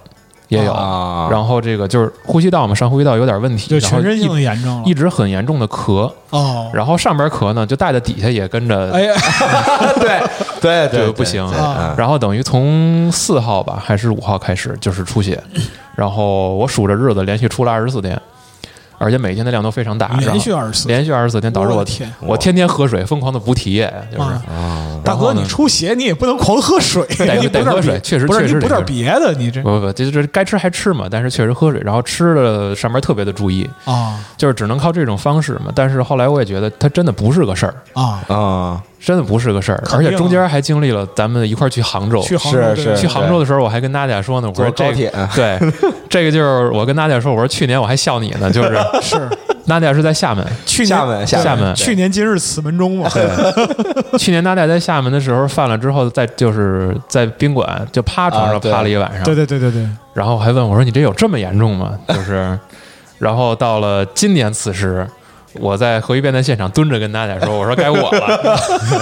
也有， 啊、 然后这个就是呼吸道嘛，上呼吸道有点问题， 就全身性的严重了， 一直很严重的咳哦， 然后上边咳呢，就带的底下也跟着， 哎呀， 对对对， 就不行。 啊、 然后等于从四号吧还是五号开始就是出血，然后我数着日子连续出了二十四天。而且每天的量都非常大， 连续二十四， 连续二十四天，导致我天， 我天天喝水，疯狂的补体液，就是。 啊、 大哥，你出血你也不能狂喝水， 得得喝水，确实不是确实你补点别的，你这不不不，这这该吃还吃嘛，但是确实喝水，然后吃的上面特别的注意啊， 就是只能靠这种方式嘛。但是后来我也觉得它真的不是个事儿啊啊。 真的不是个事儿，而且中间还经历了咱们一块儿去杭州， 去杭州是去杭州的时候，我还跟娜姐说呢，我说这高铁， 对，这个就是我跟娜姐说，我说去年我还笑你呢，就是是娜姐是在厦门， 去厦门厦门， 去年今日此门中嘛， 对，去年娜姐在厦门的时候犯了之后，在就是在宾馆就趴床上趴了一晚上， 对对对对对， 然后还问我说你这有这么严重吗？就是，然后到了今年此时。我在核聚变的现场蹲着跟大家说，我说该我了。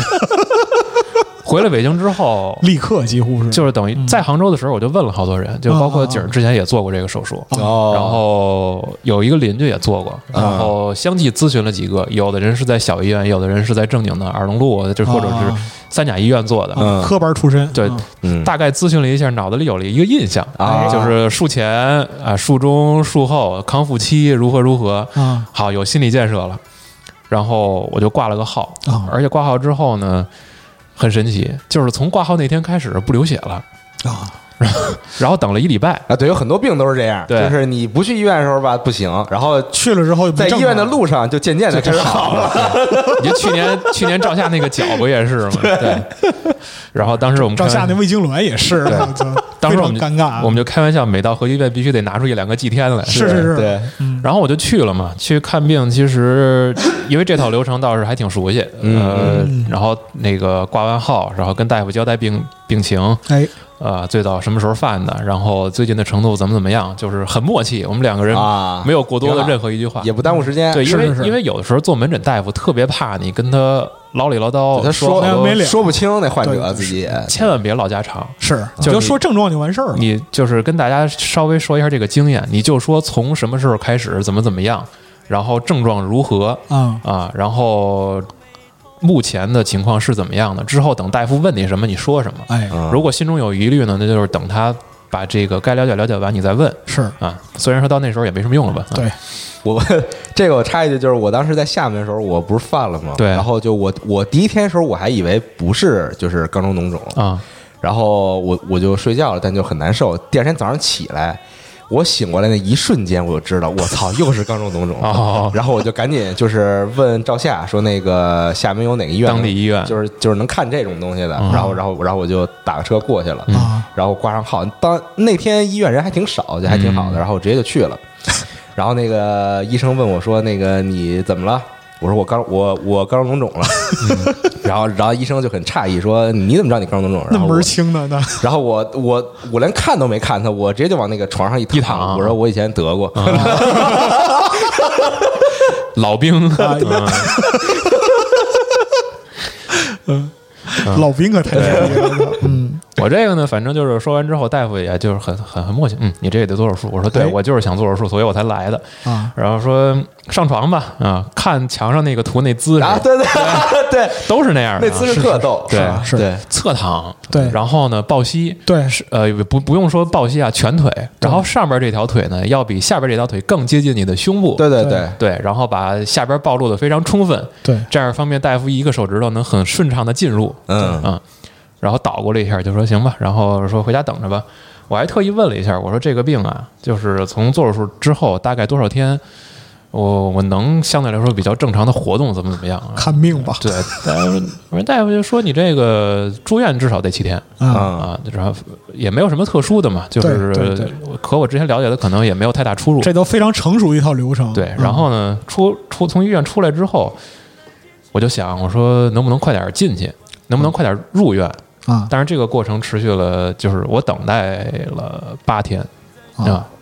回了北京之后， 立刻几乎是就是等于在杭州的时候，我就问了好多人，就包括景儿之前也做过这个手术， 哦、 然后有一个邻居也做过，然后相继咨询了几个，有的人是在小医院，有的人是在正经的二龙路，就或者是三甲医院做的， 嗯、科班出身。 对，嗯、大概咨询了一下，脑子里有了一个印象， 啊、 就是术前啊、术中、术后康复期如何如何， 啊、 好有心理建设了，然后我就挂了个号， 啊、 而且挂号之后呢。很神奇，就是从挂号那天开始不流血了啊， 然后等了一礼拜啊，对，有很多病都是这样， 对， 就是你不去医院的时候吧不行，然后去了之后在医院的路上就渐渐的开始好了。 你就去年去年赵夏那个脚不也是吗？对。然后当时我们赵夏那胃痉挛也是， 当时我们尴尬， 我们就开玩笑，每到核聚变必须得拿出一两个祭天来。 是是是， 对。 然后我就去了嘛，去看病。其实因为这套流程倒是还挺熟悉，呃，然后那个挂完号，然后跟大夫交代病病情， 哎。 呃，最早什么时候犯的？然后最近的程度怎么怎么样？就是很默契，我们两个人没有过多的任何一句话， 也不耽误时间。 对，因为是是是因为有的时候做门诊大夫特别怕你跟他唠里唠叨， 他说没说不清那患者自己， 千万别唠家常， 是就就说症状就完事儿了。 你就是跟大家稍微说一下这个经验，你就说从什么时候开始，怎么怎么样，然后症状如何啊啊，然后。目前的情况是怎么样的？之后等大夫问你什么，你说什么？ 哎， 如果心中有疑虑呢，那就是等他把这个该了解了解完，你再问。 是啊，虽然说到那时候也没什么用了吧？ 对， 我这个我插一句，就是我当时在厦门的时候，我不是犯了吗？ 对， 然后就我我第一天的时候，我还以为不是就是肛中脓肿啊， 然后我我就睡觉了，但就很难受。第二天早上起来。我醒过来那一瞬间，我就知道，我操，又是肛中脓肿。 哦， 然后我就赶紧就是问赵夏说，那个厦门有哪个医院？ 当地医院， 就是就是能看这种东西的。 嗯、 然后然后然后我就打个车过去了， 嗯、 然后挂上号。当那天医院人还挺少，就还挺好的。 嗯、 然后我直接就去了。然后那个医生问我说：“那个你怎么了？”我说我刚我我肛中脓肿了，嗯、然后然后医生就很诧异说你怎么知道你肛中脓肿？ 那门儿清的呢？ 然后我我我连看都没看他，我直接就往那个床上一躺， 一躺我说我以前得过， 啊、老兵， 嗯，老兵可太牛了，嗯。 我这个呢，反正就是说完之后，大夫也就是很很很默契，嗯，你这也得做手术。我说对，我就是想做手术，所以我才来的啊。 然后说上床吧，啊，看墙上那个图那姿势， 啊，对对对， 都是那样的， 那姿势特逗， 对是， 对， 侧躺， 对， 然后呢抱膝， 对， 是呃不不用说抱膝啊，全腿，然后上边这条腿呢要比下边这条腿更接近你的胸部， 对对对对，然后把下边暴露的非常充分， 对， 这样方便大夫一个手指头能很顺畅的进入， 嗯嗯。然后倒过了一下，就说行吧，然后说回家等着吧。我还特意问了一下，我说这个病啊，就是从做手术之后大概多少天，我我能相对来说比较正常的活动，怎么怎么样啊？ 看病吧。 对，但是我说大夫就说你这个住院至少得七天啊啊，然后也没有什么特殊的嘛，就是和我之前了解的可能也没有太大出入。 这都非常成熟一套流程。 对，然后呢，出出从医院出来之后，我就想，我说能不能快点进去，能不能快点入院？ 啊， 但是这个过程持续了，就是我等待了八天啊，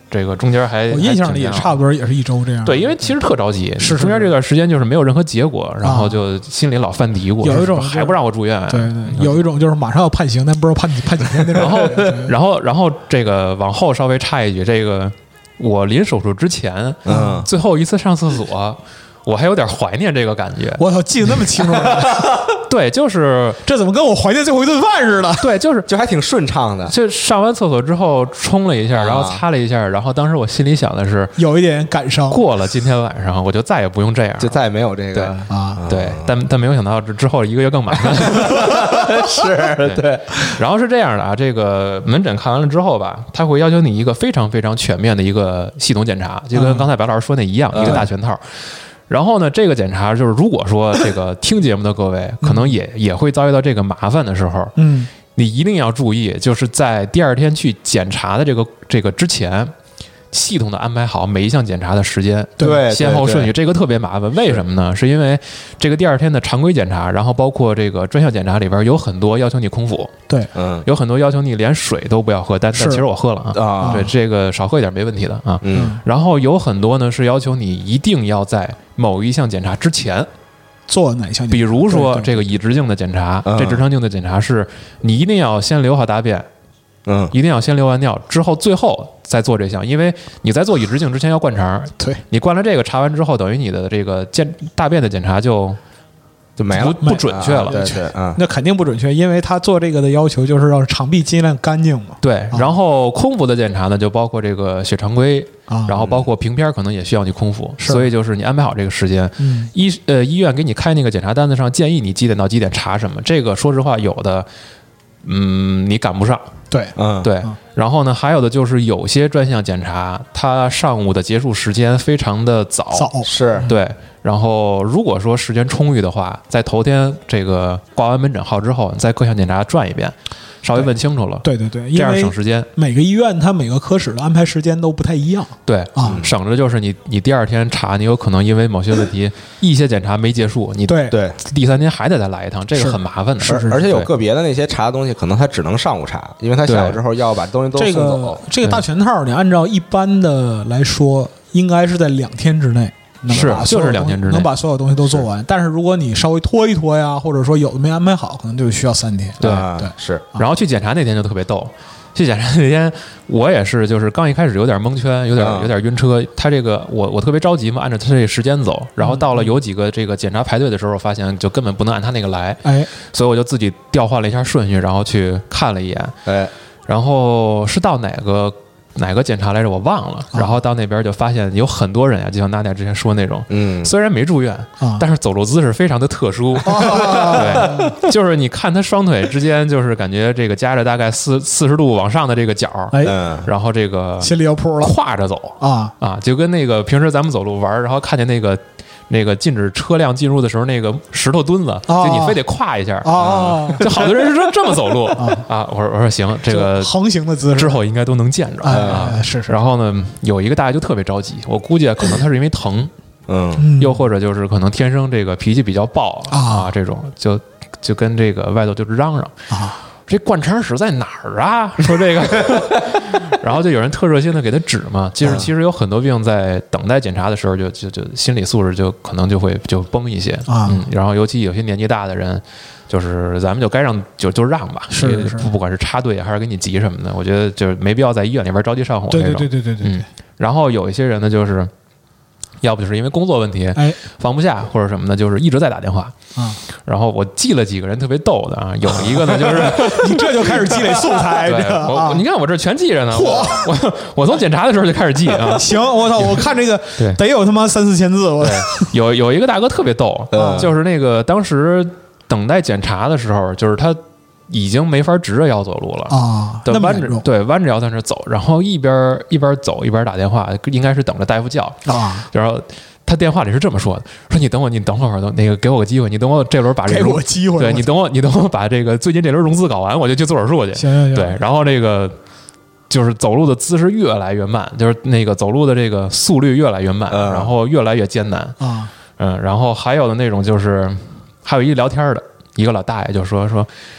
这个中间还我印象里也差不多也是一周这样。 对，因为其实特着急， 是中间这段时间就是没有任何结果，然后就心里老犯嘀咕， 有一种还不让我住院。 对对，有一种就是马上要判刑，但不知道判几判几天那种。 然后，然后，然后这个往后稍微插一句，这个我临手术之前， 嗯， 最后一次上厕所。我还有点怀念这个感觉， 我操，记得那么清楚。 对，就是这怎么跟我怀念最后一顿饭似的？ 对，就是就还挺顺畅的。 就上完厕所之后冲了一下，然后擦了一下，然后当时我心里想的是， 有一点感伤。 过了今天晚上，我就再也不用这样， 就再也没有这个啊。 对，但但没有想到之后一个月更麻烦。 是，对。 然后是这样的啊，这个门诊看完了之后吧，他会要求你一个非常非常全面的一个系统检查，就跟刚才白老师说那一样，一个大全套。然后呢，这个检查就是，如果说这个听节目的各位可能也也会遭遇到这个麻烦的时候， 嗯， 你一定要注意，就是在第二天去检查的这个这个之前，系统的安排好每一项检查的时间， 对， 先后顺序，这个特别麻烦。为什么呢？是因为这个第二天的常规检查，然后包括这个专项检查里边有很多要求你空腹， 对， 嗯， 有很多要求你连水都不要喝，但但其实我喝了啊， 啊， 对，这个少喝一点没问题的啊， 嗯。 然后有很多呢是要求你一定要在某一项检查之前做哪项检查， 比如说这个已知镜的检查，这直肠镜的检查是你一定要先流好大便， 嗯， 一定要先流完尿之后，最后再做这项，因为你在做已知镜之前要灌肠， 对， 你灌了这个查完之后，等于你的这个检大便的检查就就没了， 不不准确了， 对对啊， 那肯定不准确，因为他做这个的要求就是让肠壁尽量干净嘛。 对，然后空腹的检查呢，就包括这个血常规。 啊， 然后包括平片可能也需要你空腹，所以就是你安排好这个时间， 嗯， 医呃医院给你开那个检查单子上建议你几点到几点查什么，这个说实话有的，嗯，你赶不上， 对， 嗯， 对。然后呢，还有的就是有些专项检查，它上午的结束时间非常的早， 早是对。然后如果说时间充裕的话，在头天这个挂完门诊号之后，你在各项检查转一遍。稍微问清楚了， 对对对， 这样省时间。 每个医院它每个科室的安排时间都不太一样， 对啊， 省着就是你你第二天查，你有可能因为某些问题一些检查没结束，你对对第三天还得再来一趟，这个很麻烦的。 是是， 而且有个别的那些查的东西，可能他只能上午查，因为他下午之后要把东西都送走。 这个这个大全套，你按照一般的来说，应该是在两天之内。 是，就是两天之内能把所有东西都做完。但是如果你稍微拖一拖呀，或者说有的没安排好，可能就需要三天。 对对是。 然后去检查那天就特别逗，去检查那天我也是，就是刚一开始有点蒙圈，有点有点晕车。他这个我我特别着急嘛，按照他这个时间走。然后到了有几个这个检查排队的时候，发现就根本不能按他那个来， 哎， 所以我就自己调换了一下顺序，然后去看了一眼， 哎， 然后是到哪个。哪个检查来着我忘了，然后到那边就发现有很多人啊，就像娜娜之前说那种， 嗯， 虽然没住院， 啊、 但是走路姿势非常的特殊，啊、对，就是你看他双腿之间，就是感觉这个夹着大概四四十度往上的这个角， 哎， 然后这个心里有谱了， 跨着走啊啊，就跟那个平时咱们走路玩，然后看见那个。那个禁止车辆进入的时候，那个石头墩子， 哦、 就你非得跨一下啊、哦， 就好多人是说这么走路啊啊！我说我说行，这个横行的姿势之后应该都能见着啊。是是。 然后呢，有一个大家就特别着急，我估计可能他是因为疼， 嗯， 又或者就是可能天生这个脾气比较暴啊， 这种就就跟这个外头就是嚷嚷啊。 这灌肠室在哪儿啊？说这个，然后就有人特热心的给他指嘛。其实其实有很多病在等待检查的时候就，就就就心理素质就可能就会就崩一些啊。 嗯，然后尤其有些年纪大的人，就是咱们就该让就就让吧， 是是， 不管是插队还是给你急什么的，我觉得就是没必要在医院里边着急上火那种。 对对对对对对。 嗯，然后有一些人呢，就是。要不就是因为工作问题， 哎， 放不下或者什么的，就是一直在打电话啊。 然后我记了几个人特别逗的啊，有一个呢就是你这就开始积累素材， 对，我、啊、你看我这全记着呢。我我我从检查的时候就开始记啊。 行，我操，我看这个得有他妈三四千字。我有有一个大哥特别逗， 嗯、 就是那个当时等待检查的时候，就是他。已经没法直着腰走路了啊， 对，弯着对弯着腰在那走，然后一边一边走一边打电话，应该是等着大夫叫啊。 然后他电话里是这么说的：“说你等我，你等会儿，等那个给我个机会，你等我这轮把这给我机会， 对你等我，你等我把这个最近这轮融资搞完，我就去做手术去。” 行行行， 对，然后这个就是走路的姿势越来越慢，就是那个走路的这个速率越来越慢， 嗯、 然后越来越艰难啊。 嗯，然后还有的那种就是还有一聊天的一个老大爷就说说。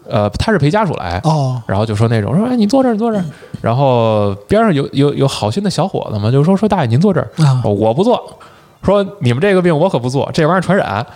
呃，他是陪家属来哦， 然后就说那种说哎你坐这儿你坐这儿，然后边上有有有好心的小伙子嘛，就说说大爷您坐这儿， 啊、 我不坐，说你们这个病我可不做，这玩意儿传染。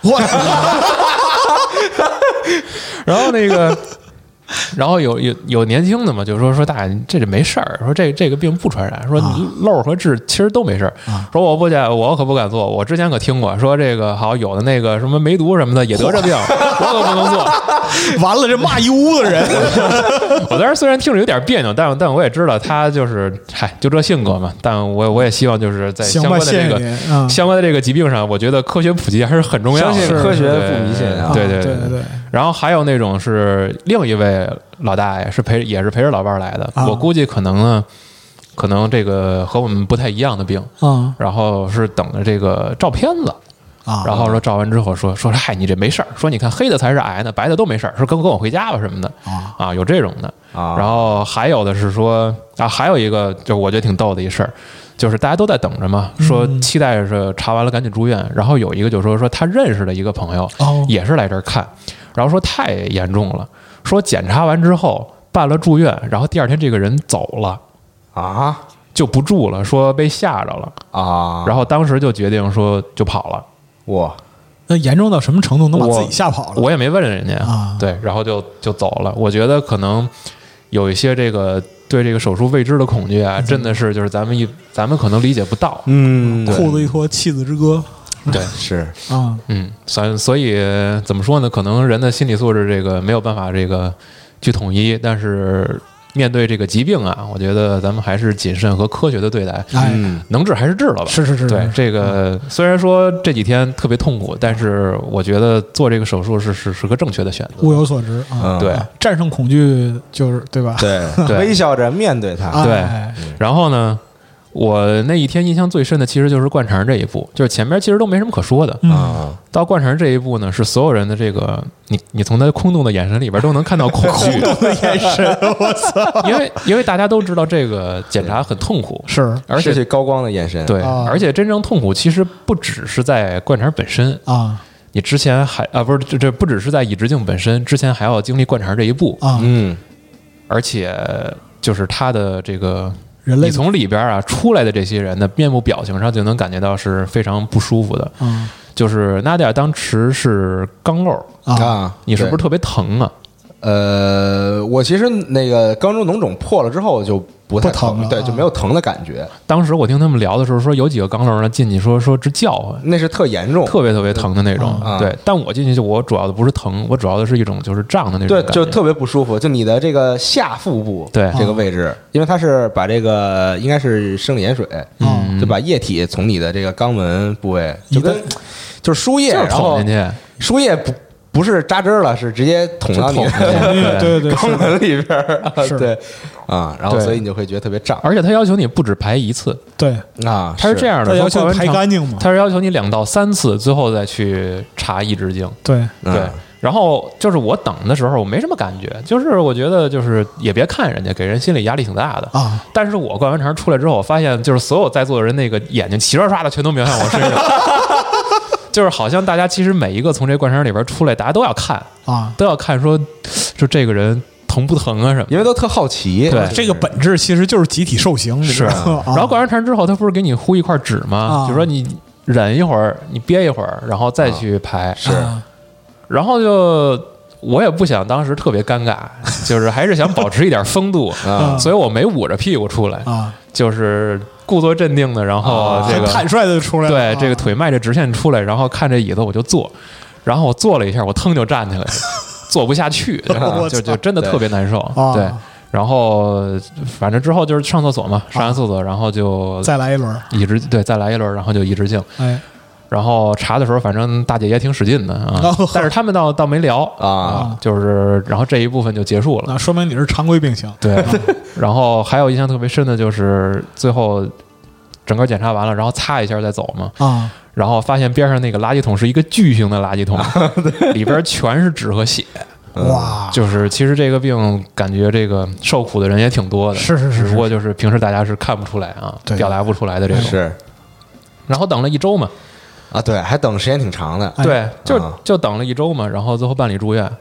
然后那个。然后有有有年轻的嘛，就说说大爷这这没事儿，说这这个病不传染，说漏和治其实都没事儿。 啊、 说我不敢，我可不敢做。我之前可听过，说这个好有的那个什么梅毒什么的也得这病，我可不能做。 完了，这骂一屋子人。 我当时虽然听着有点别扭，但但我也知道他就是嗨，就这性格嘛。但我我也希望就是在相关的这个、 嗯、 相关的这个疾病上，我觉得科学普及还是很重要的。 相信科学不迷信啊！ 对对对对对。 然后还有那种是另一位老大爷是陪也是陪着老伴来的， 啊、 我估计可能呢，可能这个和我们不太一样的病， 啊、 然后是等着这个照片子， 啊， 然后说照完之后说说嗨你这没事儿，说你看黑的才是癌呢，白的都没事儿，说跟跟我回家吧什么的啊啊有这种的啊， 然后还有的是说啊还有一个就是我觉得挺逗的一事儿。就是大家都在等着嘛，说期待着查完了赶紧住院。嗯、然后有一个就说说他认识的一个朋友， 哦、 也是来这儿看，然后说太严重了，说检查完之后办了住院，然后第二天这个人走了啊， 就不住了，说被吓着了啊， 然后当时就决定说就跑了。 哇， 那严重到什么程度能把自己吓跑了？ 我, 我也没问人家啊， 对，然后就就走了。我觉得可能有一些这个。对这个手术未知的恐惧啊，真的是就是咱们一咱们可能理解不到。 嗯， 裤子一脱，妻子之歌。 对， 是啊， 嗯，所所以怎么说呢？可能人的心理素质这个没有办法这个去统一，但是面对这个疾病啊，我觉得咱们还是谨慎和科学的对待。 嗯， 能治还是治了吧。 是是是。 对这个，虽然说这几天特别痛苦，但是我觉得做这个手术是是是个正确的选择。 物有所值啊， 对， 战胜恐惧就是对吧？ 对，微笑着面对它。 对，然后呢？我那一天印象最深的其实就是灌肠这一步，就是前面其实都没什么可说的啊。 到灌肠这一步呢，是所有人的这个你你从他空洞的眼神里边都能看到恐惧的眼神，我操！ 因为因为大家都知道这个检查很痛苦， 是而且高光的眼神， 对，而且真正痛苦其实不只是在灌肠本身啊， 你之前还啊不是这这不只是在乙直镜本身，之前还要经历灌肠这一步啊， 嗯， 而且就是他的这个。 人类你从里边啊出来的这些人的面部表情上就能感觉到是非常不舒服的， 嗯， 就是娜迪亚当时是肛瘘啊， 你是不是特别疼啊？ 呃，我其实那个肛周脓肿破了之后就不太疼，对，就没有疼的感觉。 当时我听他们聊的时候说，有几个肛瘘呢进去说说直叫唤， 那是特严重、 特别特别疼的那种。 嗯、 对，但我进去就我主要的不是疼，我主要的是一种就是胀的那种对， 感觉， 就特别不舒服。就你的这个下腹部对这个位置，因为它是把这个应该是生理盐水， 嗯， 就把液体从你的这个肛门部位就跟就是输液， 就是捅进去， 输液不。不是扎针了，是直接捅到你对对肛门里边儿，对啊， 然后所以你就会觉得特别胀， 而且他要求你不止排一次， 对啊， 他是这样的， 他要求排干净嘛， 他是要求你两到三次，最后再去查抑制镜， 对对。然后就是我等的时候，我没什么感觉，就是我觉得就是也别看人家，给人心理压力挺大的啊。 但是我灌完肠出来之后，我发现就是所有在座的人那个眼睛齐刷刷的全都瞄向我身上。就是好像大家其实每一个从这灌肠里边出来，大家都要看啊， 都要看说，就这个人疼不疼啊什么？ 因为都特好奇。 对， 这个本质其实就是集体受刑。 是。然后灌完肠之后，他不是给你糊一块纸吗？ 啊、 就说你忍一会儿，你憋一会儿，然后再去排。 是。 然后就我也不想当时特别尴尬，就是还是想保持一点风度， 啊、 所以我没捂着屁股出来啊， 就是故作镇定的，然后这个坦率的出来了， 对，这个腿迈着直线出来，然后看这椅子我就坐，然后我坐了一下，我腾就站起来，坐不下去，就就真的特别难受，对。然后反正之后就是上厕所嘛，上完厕所然后就再来一轮， 一直对再来一轮，然后就抑制镜， 哎。 然后查的时候，反正大姐也挺使劲的啊，但是他们倒倒没聊啊， 就是然后这一部分就结束了， 那说明你是常规病情。 对，然后还有印象特别深的就是最后整个检查完了，然后擦一下再走嘛啊， 然后发现边上那个垃圾桶是一个巨型的垃圾桶，里边全是纸和血。 哇， 就是其实这个病感觉这个受苦的人也挺多的， 是是是， 只不过就是平时大家是看不出来啊，表达不出来的这种。 是， 然后等了一周嘛。 啊，对，还等时间挺长的。 对，就就等了一周嘛，然后最后办理住院，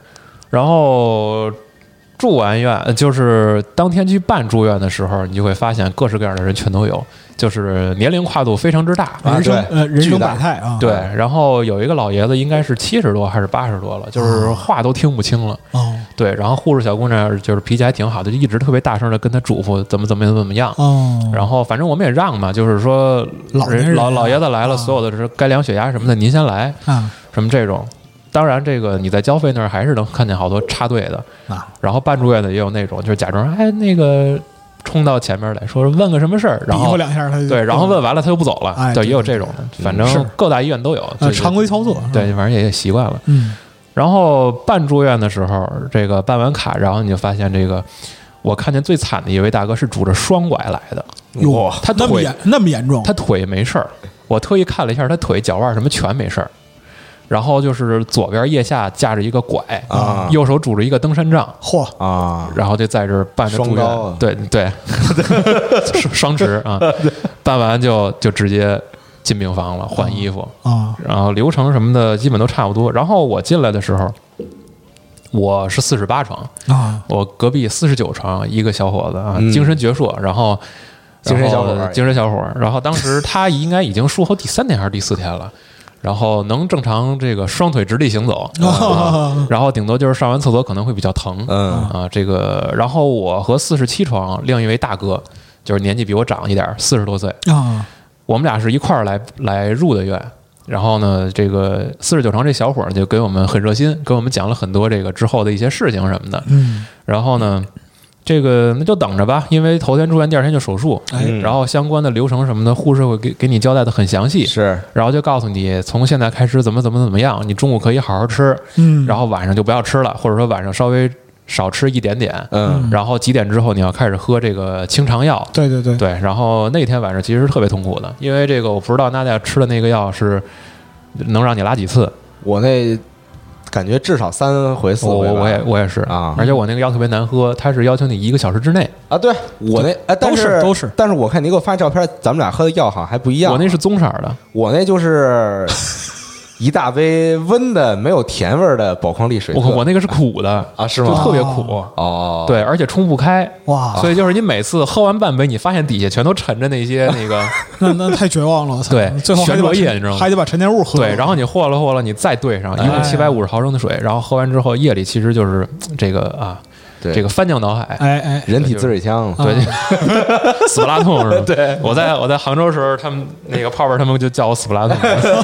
然后住完院，就是当天去办住院的时候，你就会发现各式各样的人全都有，就是年龄跨度非常之大， 人生呃人生百态啊。 对，然后有一个老爷子应该是七十多还是八十多了，就是话都听不清了。 哦， 对，然后护士小姑娘就是脾气还挺好的，就一直特别大声的跟他嘱咐怎么怎么怎么样。 哦， 然后反正我们也让嘛，就是说老人老老爷子来了，所有的是该量血压什么的，您先来啊， 什么这种。当然，这个你在交费那儿还是能看见好多插队的啊。 然后办住院的也有那种，就是假装哎那个冲到前面来说问个什么事儿，然后两下他就对，然后问完了他就不走了， 哎、 对，也有这种的。反正各大医院都有， 呃，常规操作。 对，反正也也习惯了。 嗯。 然后办住院的时候，这个办完卡，然后你就发现这个，我看见最惨的一位大哥是拄着双拐来的。 哟， 他腿那么严那么严重， 他腿没事儿。我特意看了一下，他腿脚腕什么全没事儿。然后就是左边腋下架着一个拐啊， 右手拄着一个登山杖， 嚯啊！ 然后就在这儿办着住院， 啊、 对对，双持啊，办完就就直接进病房了，换衣服啊， 然后流程什么的基本都差不多。然后我进来的时候，我是四十八床啊， 我隔壁四十九床一个小伙子啊， 嗯、 精神矍铄，然后精神小伙， 精神小伙，然后当时他应该已经术后第三天还是第四天了。然后能正常这个双腿直立行走， 哦啊、然后顶多就是上完厕所可能会比较疼， 嗯啊，这个，然后我和四十七床另一位大哥，就是年纪比我长一点，四十多岁啊， 我们俩是一块儿来来入的院。然后呢，这个四十九床这小伙儿就给我们很热心，给我们讲了很多这个之后的一些事情什么的。 嗯， 然后呢。这个那就等着吧，因为头天住院，第二天就手术， 哎、 然后相关的流程什么的，护士会给给你交代的很详细， 是， 然后就告诉你从现在开始怎么怎么怎么样，你中午可以好好吃， 嗯， 然后晚上就不要吃了，或者说晚上稍微少吃一点点， 嗯， 然后几点之后你要开始喝这个清肠药， 对对对对，然后那天晚上其实是特别痛苦的，因为这个我不知道娜娜吃的那个药是能让你拉几次， 我那。感觉至少三回四回吧， 我我也我也是啊， 而且我那个药特别难喝，它是要求你一个小时之内啊。对我那哎， 都是都是， 但是我看你给我发照片，咱们俩喝的药好像还不一样。 我那是棕色的， 我那就是一大杯温的没有甜味的宝矿力水。 我我那个是苦的啊，是吗？ 就特别苦哦， 对，而且冲不开哇， 所以就是你每次喝完半杯，你发现底下全都沉着那些那个， 那那太绝望了， 对， 最后悬浊液你知道吗？ 还得把沉淀物喝对，然后你和了和了，你再兑上，一共七百五十毫升的水，然后喝完之后，夜里其实就是这个啊。 对这个翻江倒海， 哎哎， 人体滋水枪， 对，死不拉痛是吧？ 对， 我在我在杭州时候，他们那个泡泡他们就叫我死不拉痛，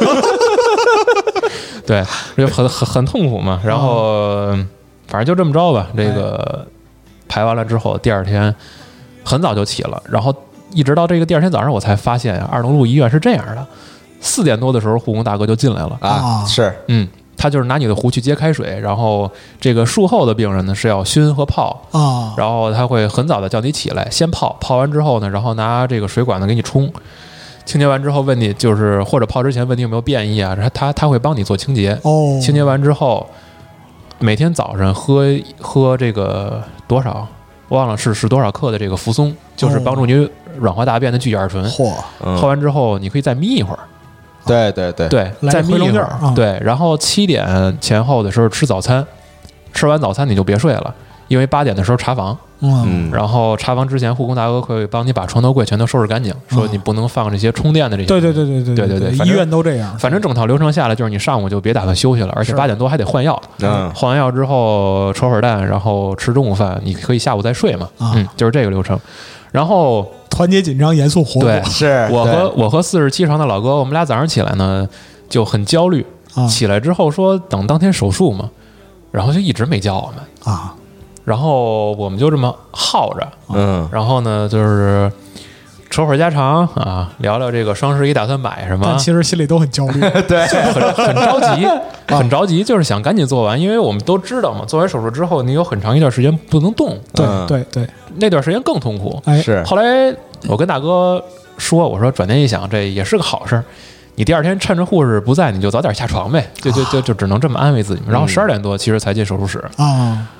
对，就很很很痛苦嘛。然后反正就这么着吧。这个排完了之后，第二天很早就起了，然后一直到这个第二天早上，我才发现二龙路医院是这样的：四点多的时候，护工大哥就进来了啊，是， 嗯。他就是拿你的壶去接开水，然后这个术后的病人呢是要熏和泡啊， 然后他会很早的叫你起来先泡，泡完之后呢，然后拿这个水管子给你冲，清洁完之后问你就是或者泡之前问你有没有便意啊，他他他会帮你做清洁哦， 清洁完之后，每天早上喝喝这个多少忘了是是多少克的这个扶松，就是帮助你软化大便的聚乙二醇， 嚯、 嗯，喝完之后你可以再眯一会儿。 对对对对，再眯一会儿、 嗯， 对，然后七点前后的时候吃早餐，吃完早餐你就别睡了，因为八点的时候查房， 嗯， 然后查房之前，护工大哥会帮你把床头柜全都收拾干净，说你不能放这些充电的这些， 对对对对对对对对， 医院都这样， 反正整套流程下来就是你上午就别打算休息了，而且八点多还得换药， 嗯， 换完药之后抽会儿蛋，然后吃中午饭，你可以下午再睡嘛， 啊、 嗯，就是这个流程，然后。 团结紧张，严肃活泼。 对， 是我和我和四十七床的老哥，我们俩早上起来呢就很焦虑。 啊、 起来之后说等当天手术嘛，然后就一直没叫我们啊。 然后我们就这么耗着， 嗯。 然后呢，就是扯会儿家常啊，聊聊这个双十一打算买什么。 但其实心里都很焦虑， 对， 很很着急，很着急，就是想赶紧做完，因为我们都知道嘛，做完手术之后，你有很长一段时间不能动。 对、 嗯、 对对， 那段时间更痛苦。 哎， 是。 后来我跟大哥说，我说转念一想，这也是个好事儿。你第二天趁着护士不在，你就早点下床呗，就就就就只能这么安慰自己。然后十二点多其实才进手术室啊。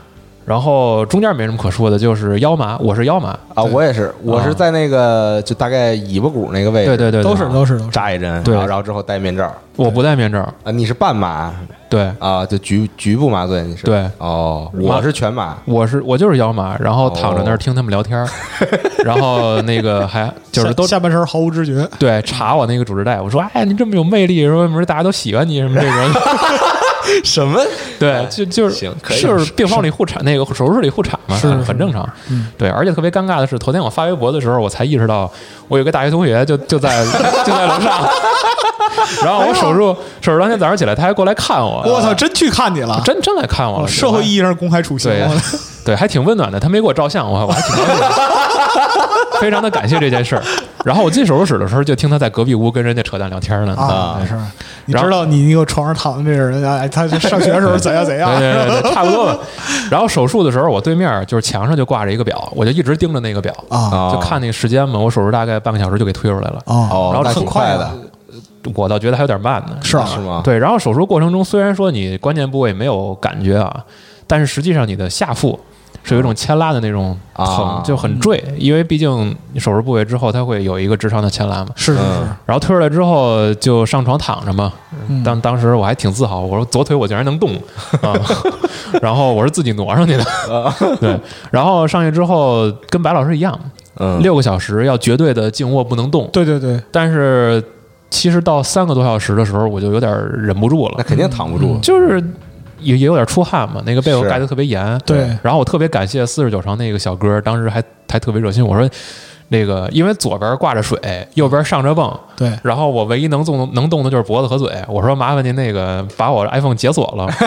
然后中间没什么可说的，就是腰麻，我是腰麻啊，我也是，我是在那个就大概尾巴骨那个位置， 对对对， 都是都是都是扎一针， 对， 然后之后戴面罩， 我不戴面罩啊，你是半麻， 对啊，就局局部麻醉，你是对， 哦，我是全麻， 我是我就是腰麻，然后躺着那儿听他们聊天，然后那个还就是都下半身毫无知觉， 对，查我那个主治大夫说，哎，你这么有魅力，说什么大家都喜欢你什么这种。 什么？ 对，就就是行， 就是病房里互产，那个手术室里互产嘛， 是很正常。 嗯， 对，而且特别尴尬的是，头天我发微博的时候，我才意识到，我有个大学同学就就在就在楼上，然后我手术手术当天早上起来，他还过来看我。 我操，真去看你了， 真真来看我了， 社会意义上公开出现。 对，对，还挺温暖的。他没给我照相，我我还挺高兴的，非常的感谢这件事儿。然后我进手术室的时候，就听他在隔壁屋跟人家扯淡聊天呢。 啊，没事。你知道你那个床上躺的这个人，哎，他上学的时候怎样怎样？ 对对对，差不多吧。然后手术的时候，我对面就是墙上就挂着一个表，我就一直盯着那个表啊， 就看那个时间嘛。我手术大概半个小时就给推出来了哦， 然后挺快的。 我倒觉得还有点慢呢， 是啊， 是吗？ 对。然后手术过程中，虽然说你关键部位没有感觉啊，但是实际上你的下腹是有一种牵拉的那种疼，就很坠，因为毕竟手术部位之后它会有一个直肠的牵拉嘛。 是是是。 然后推出来之后就上床躺着嘛，当当时我还挺自豪，我说左腿我竟然能动啊，然后我是自己挪上去的，对。然后上去之后跟白老师一样，嗯，六个小时要绝对的静卧不能动， 对对对。 但是其实到三个多小时的时候，我就有点忍不住了， 那肯定躺不住， 就是也也有点出汗嘛，那个被我盖得特别严， 对。 然后我特别感谢四十九床那个小哥，当时还还特别热心，我说那个因为左边挂着水，右边上着泵， 对。 然后我唯一能动能动的就是脖子和嘴，我说麻烦您那个把我 iPhone 解锁了，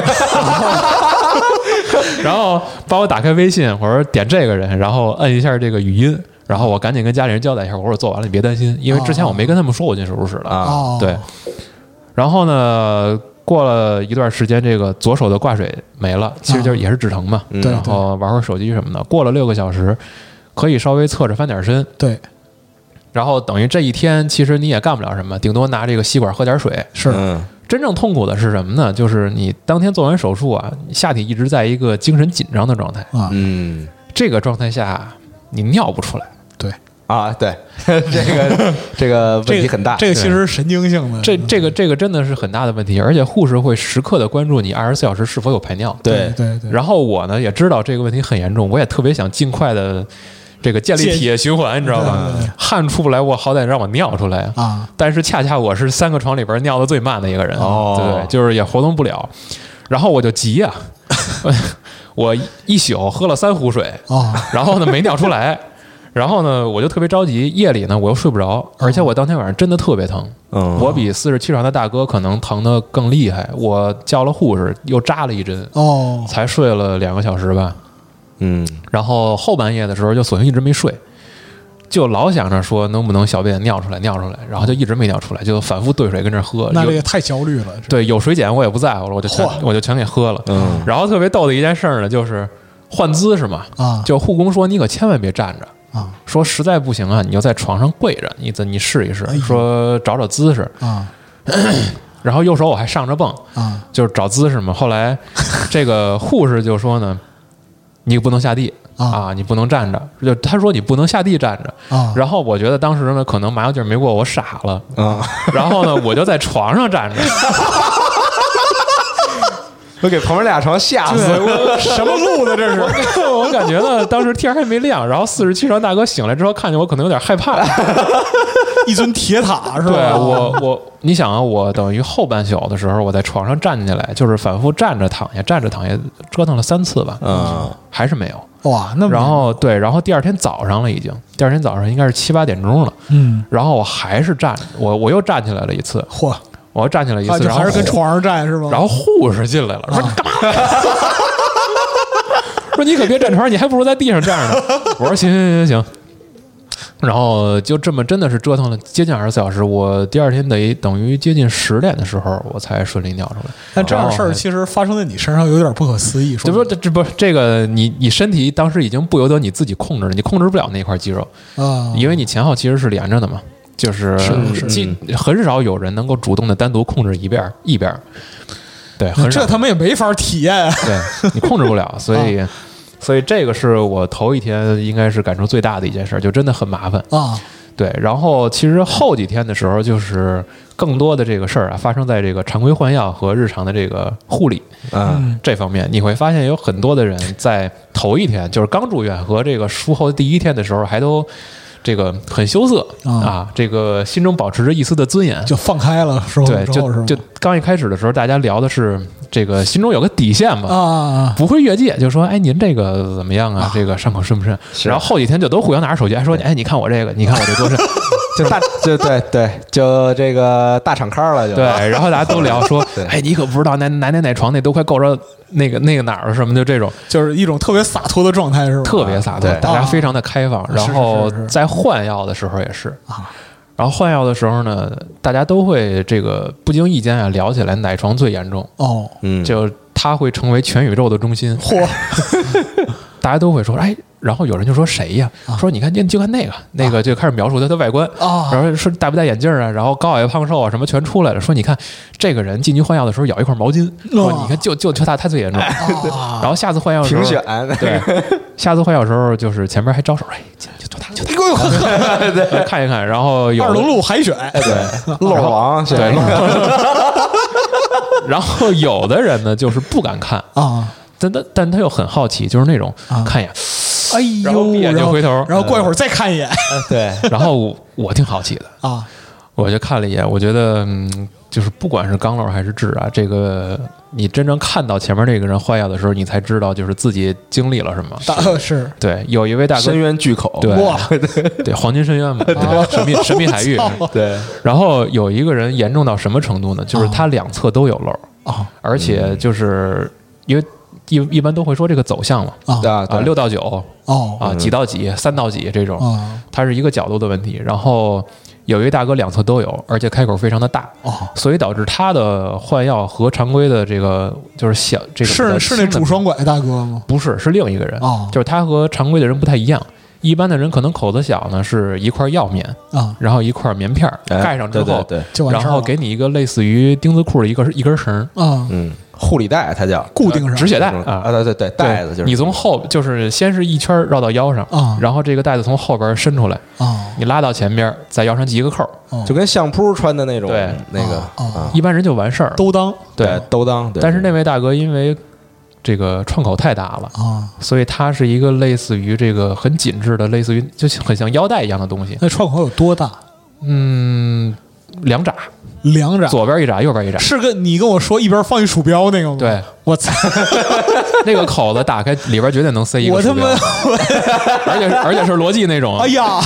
然后帮我打开微信，我说点这个人，然后摁一下这个语音。然后我赶紧跟家里人交代一下，我说我做完了，你别担心，因为之前我没跟他们说我进手术室了啊。 对。然后呢，过了一段时间，这个左手的挂水没了，其实就也是止疼嘛。 对。 然后玩会儿手机什么的，过了六个小时，可以稍微侧着翻点身。 对。 然后等于这一天，其实你也干不了什么，顶多拿这个吸管喝点水。 是。 真正痛苦的是什么呢？就是你当天做完手术啊，下体一直在一个精神紧张的状态啊。 嗯。 这个状态下，你尿不出来。 对啊，对，这个这个问题很大， 这个其实是神经性的， 这这个这个真的是很大的问题，而且护士会时刻的关注你二十四小时是否有排尿。 对对对。 然后我呢也知道这个问题很严重，我也特别想尽快的这个建立体液循环，你知道吧？汗出不来，我好歹让我尿出来啊！ 但是恰恰我是三个床里边尿的最慢的一个人， 哦， 对，就是也活动不了，然后我就急呀、啊，我一宿喝了三壶水啊， 然后呢没尿出来。然后呢，我就特别着急，夜里呢我又睡不着，而且我当天晚上真的特别疼， 嗯， 我比四十七床的大哥可能疼得更厉害，我叫了护士又扎了一针， 哦， 才睡了两个小时吧， 嗯， 然后后半夜的时候就索性一直没睡，就老想着说能不能小便尿出来尿出来，然后就一直没尿出来，就反复兑水跟这喝， 那这也太焦虑了， 对，有水碱我也不在乎了，我就全我就全给喝了， 嗯， 然后特别逗的一件事呢，就是换姿势嘛， 啊， 就护工说你可千万别站着。 啊， 说实在不行啊，你就在床上跪着，你你试一试， 哎、 说找找姿势啊。 然后右手我还上着泵啊， 就是找姿势嘛。后来这个护士就说呢，你不能下地啊, 啊，你不能站着。就他说你不能下地站着啊。 然后我觉得当时呢，可能麻药劲儿没过，我傻了啊。 然后呢，我就在床上站着。 我给旁边俩床吓死我， 什么路呢？这是我，我感觉呢，当时天还没亮，然后四十七床大哥醒来之后，看见我可能有点害怕， 一尊铁塔是吧？ 对我，我你想啊，我等于后半宿的时候，我在床上站起来，就是反复站着躺下，站着躺下，折腾了三次吧， 嗯， 还是没有。 哇，那然后对，然后第二天早上了，已经第二天早上应该是七八点钟了， 嗯， 然后我还是站着，我我又站起来了一次， 嚯！ 我站起来一次， 啊、就还是跟床上站是吧？ 然后护士进来了，说你干嘛？说你可别站床上，你还不如在地上站着呢。我说行行行行。然后就这么真的是折腾了接近二十四小时，我第二天得等于接近十点的时候，我才顺利尿出来。 但这样的事儿其实发生在你身上有点不可思议。 这不这这不这个你你身体当时已经不由得你自己控制了，你控制不了那块肌肉啊， 因为你前后其实是连着的嘛。就是是很少有人能够主动的单独控制一边一边，对，很少这他们也没法体验啊。 对你控制不了，所以所以这个是我头一天应该是感触最大的一件事，就真的很麻烦啊。 对，然后其实后几天的时候，就是更多的这个事儿啊，发生在这个常规换药和日常的这个护理嗯这方面。你会发现有很多的人在头一天，就是刚住院和这个术后第一天的时候，还都这个很羞涩啊，啊这个心中保持着一丝的尊严， 就放开了，是吧？ 对，就就刚一开始的时候，大家聊的是这个心中有个底线嘛， 啊， 不会越界，就说哎，您这个怎么样啊？这个伤口深不深？然后后几天就都互相拿着手机，还说哎，你看我这个，你看我这多深， 就大就对对，就这个大敞开了，就对。然后大家都聊说，哎，你可不知道哪哪哪哪床那都快够着那个那个哪儿了什么的，这种就是一种特别洒脱的状态，是吧？ 特别洒脱，大家非常的开放。然后在换药的时候也是啊。 然后换药的时候呢，大家都会这个不经意间啊聊起来哪床最严重哦， 嗯， 就它会成为全宇宙的中心。 嚯， 大家都会说，哎，然后有人就说谁呀？说你看，你就看那个，那个就开始描述他的外观啊， 然后说戴不戴眼镜啊，然后高矮胖瘦啊，什么全出来了。说你看这个人进去换药的时候咬一块毛巾，说你看就就就他他最严重。然后下次换药的时候评选对，下次换药的时候就是前面还招手，哎，就就他就他，对，看一看，然后有二龙路海选， 对，漏王对，然后有的人呢就是不敢看啊。 但但但他又很好奇，就是那种、啊、看一眼， 哎呦， 然后回头， 然后过一会儿再看一眼， 呃、对， 然后我, 我挺好奇的啊， 我就看了一眼，我觉得嗯，就是不管是刚漏还是痔啊，这个你真正看到前面那个人换药的时候，你才知道就是自己经历了什么。 大是， 对，有一位大哥深渊巨口， 对， 哇， 对，黄金深渊嘛，对神秘神秘海域， 对。 然后有一个人严重到什么程度呢？就是他两侧都有漏啊， 而且就是因为。一一般都会说这个走向嘛啊啊六到九哦啊几到几三到几这种啊， 它是一个角度的问题。然后有一位大哥两侧都有，而且开口非常的大哦， 所以导致他的换药和常规的这个就是小这个是是那拄双拐大哥吗？ 不是，是另一个人哦， 就是他和常规的人不太一样。一般的人可能口子小呢，是一块药棉啊， 然后一块棉片盖上之后， 对对对， 然后给你一个类似于钉子裤的一根一根绳啊， 嗯。护理带，它叫固定上止血带啊，对对对，带子就是你从后就是先是一圈绕到腰上啊， 然后这个带子从后边伸出来啊， 你拉到前边，在腰上系一个扣， 就跟相扑穿的那种， 对那个啊， 一般人就完事儿， 都当对都当。 但是那位大哥因为这个创口太大了啊， 所以它是一个类似于这个很紧致的，类似于就很像腰带一样的东西。 那创口有多大？ 嗯，两拃。 两拃， 左边一拃，右边一拃， 是跟你跟我说一边放一鼠标那个吗？ 对， 我操， 那个口子打开里边绝对能塞一个鼠标， 我他妈，而且而且是罗技那种， 哎呀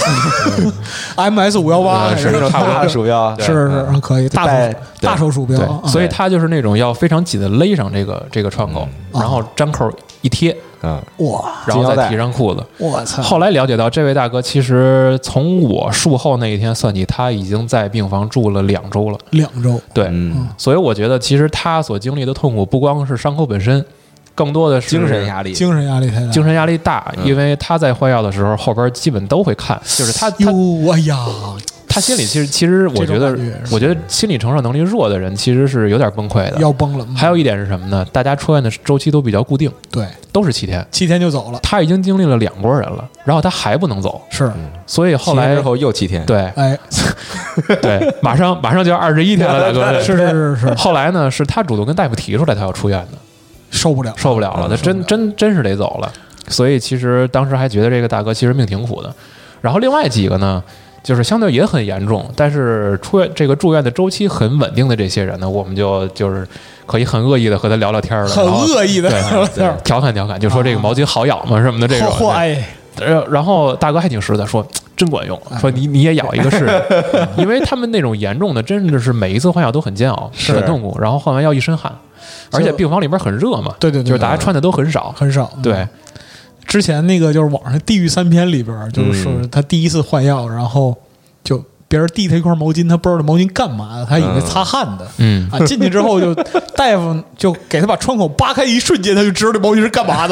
，M S 五幺八是差不多鼠标， 是是可以大手大手鼠标， 所以它就是那种要非常紧的勒上这个这个创口，然后粘扣一贴。 啊哇！ 然后再提上裤子， 我操！ 后来了解到，这位大哥其实从我术后那一天算起，他已经在病房住了两周了。 两周， 对， 嗯， 所以我觉得其实他所经历的痛苦，不光是伤口本身，更多的是精神压力， 精神压力太大， 精神压力大，因为他在换药的时候，后边基本都会看，就是他他， 哎呀。 他心里其实其实我觉得，我觉得心理承受能力弱的人其实是有点崩溃的， 要崩了。 还有一点是什么呢？大家出院的周期都比较固定， 对， 都是七天， 七天就走了。 他已经经历了两拨人了，然后他还不能走， 是， 所以后来之后又七天， 对， 哎， 对，马上马上就要二十一天了，大哥， 是是是是。 后来呢，是他主动跟大夫提出来他要出院的， 受不了， 受不了了，他真真真是得走了。所以其实当时还觉得这个大哥其实命挺苦的。然后另外几个呢？就是相对也很严重，但是出院这个住院的周期很稳定的这些人呢，我们就就是可以很恶意的和他聊聊天了， 很恶意的聊聊天， 调侃调侃，就说这个毛巾好咬吗什么的这种。 嚯哎！ 然后大哥还挺实在，说真管用，说你你也咬一个试试，因为他们那种严重的，真的是每一次换药都很煎熬，是很痛苦，然后换完药一身汗，而且病房里边很热嘛， 对对对， 就是大家穿的都很少很少， 对。 之前那个就是网上《地狱三篇》里边，就是说他第一次换药，然后就别人递他一块毛巾，他不知道这毛巾干嘛的，他以为擦汗的。 嗯啊，进去之后就大夫就给他把窗口扒开，一瞬间他就知道这毛巾是干嘛的了。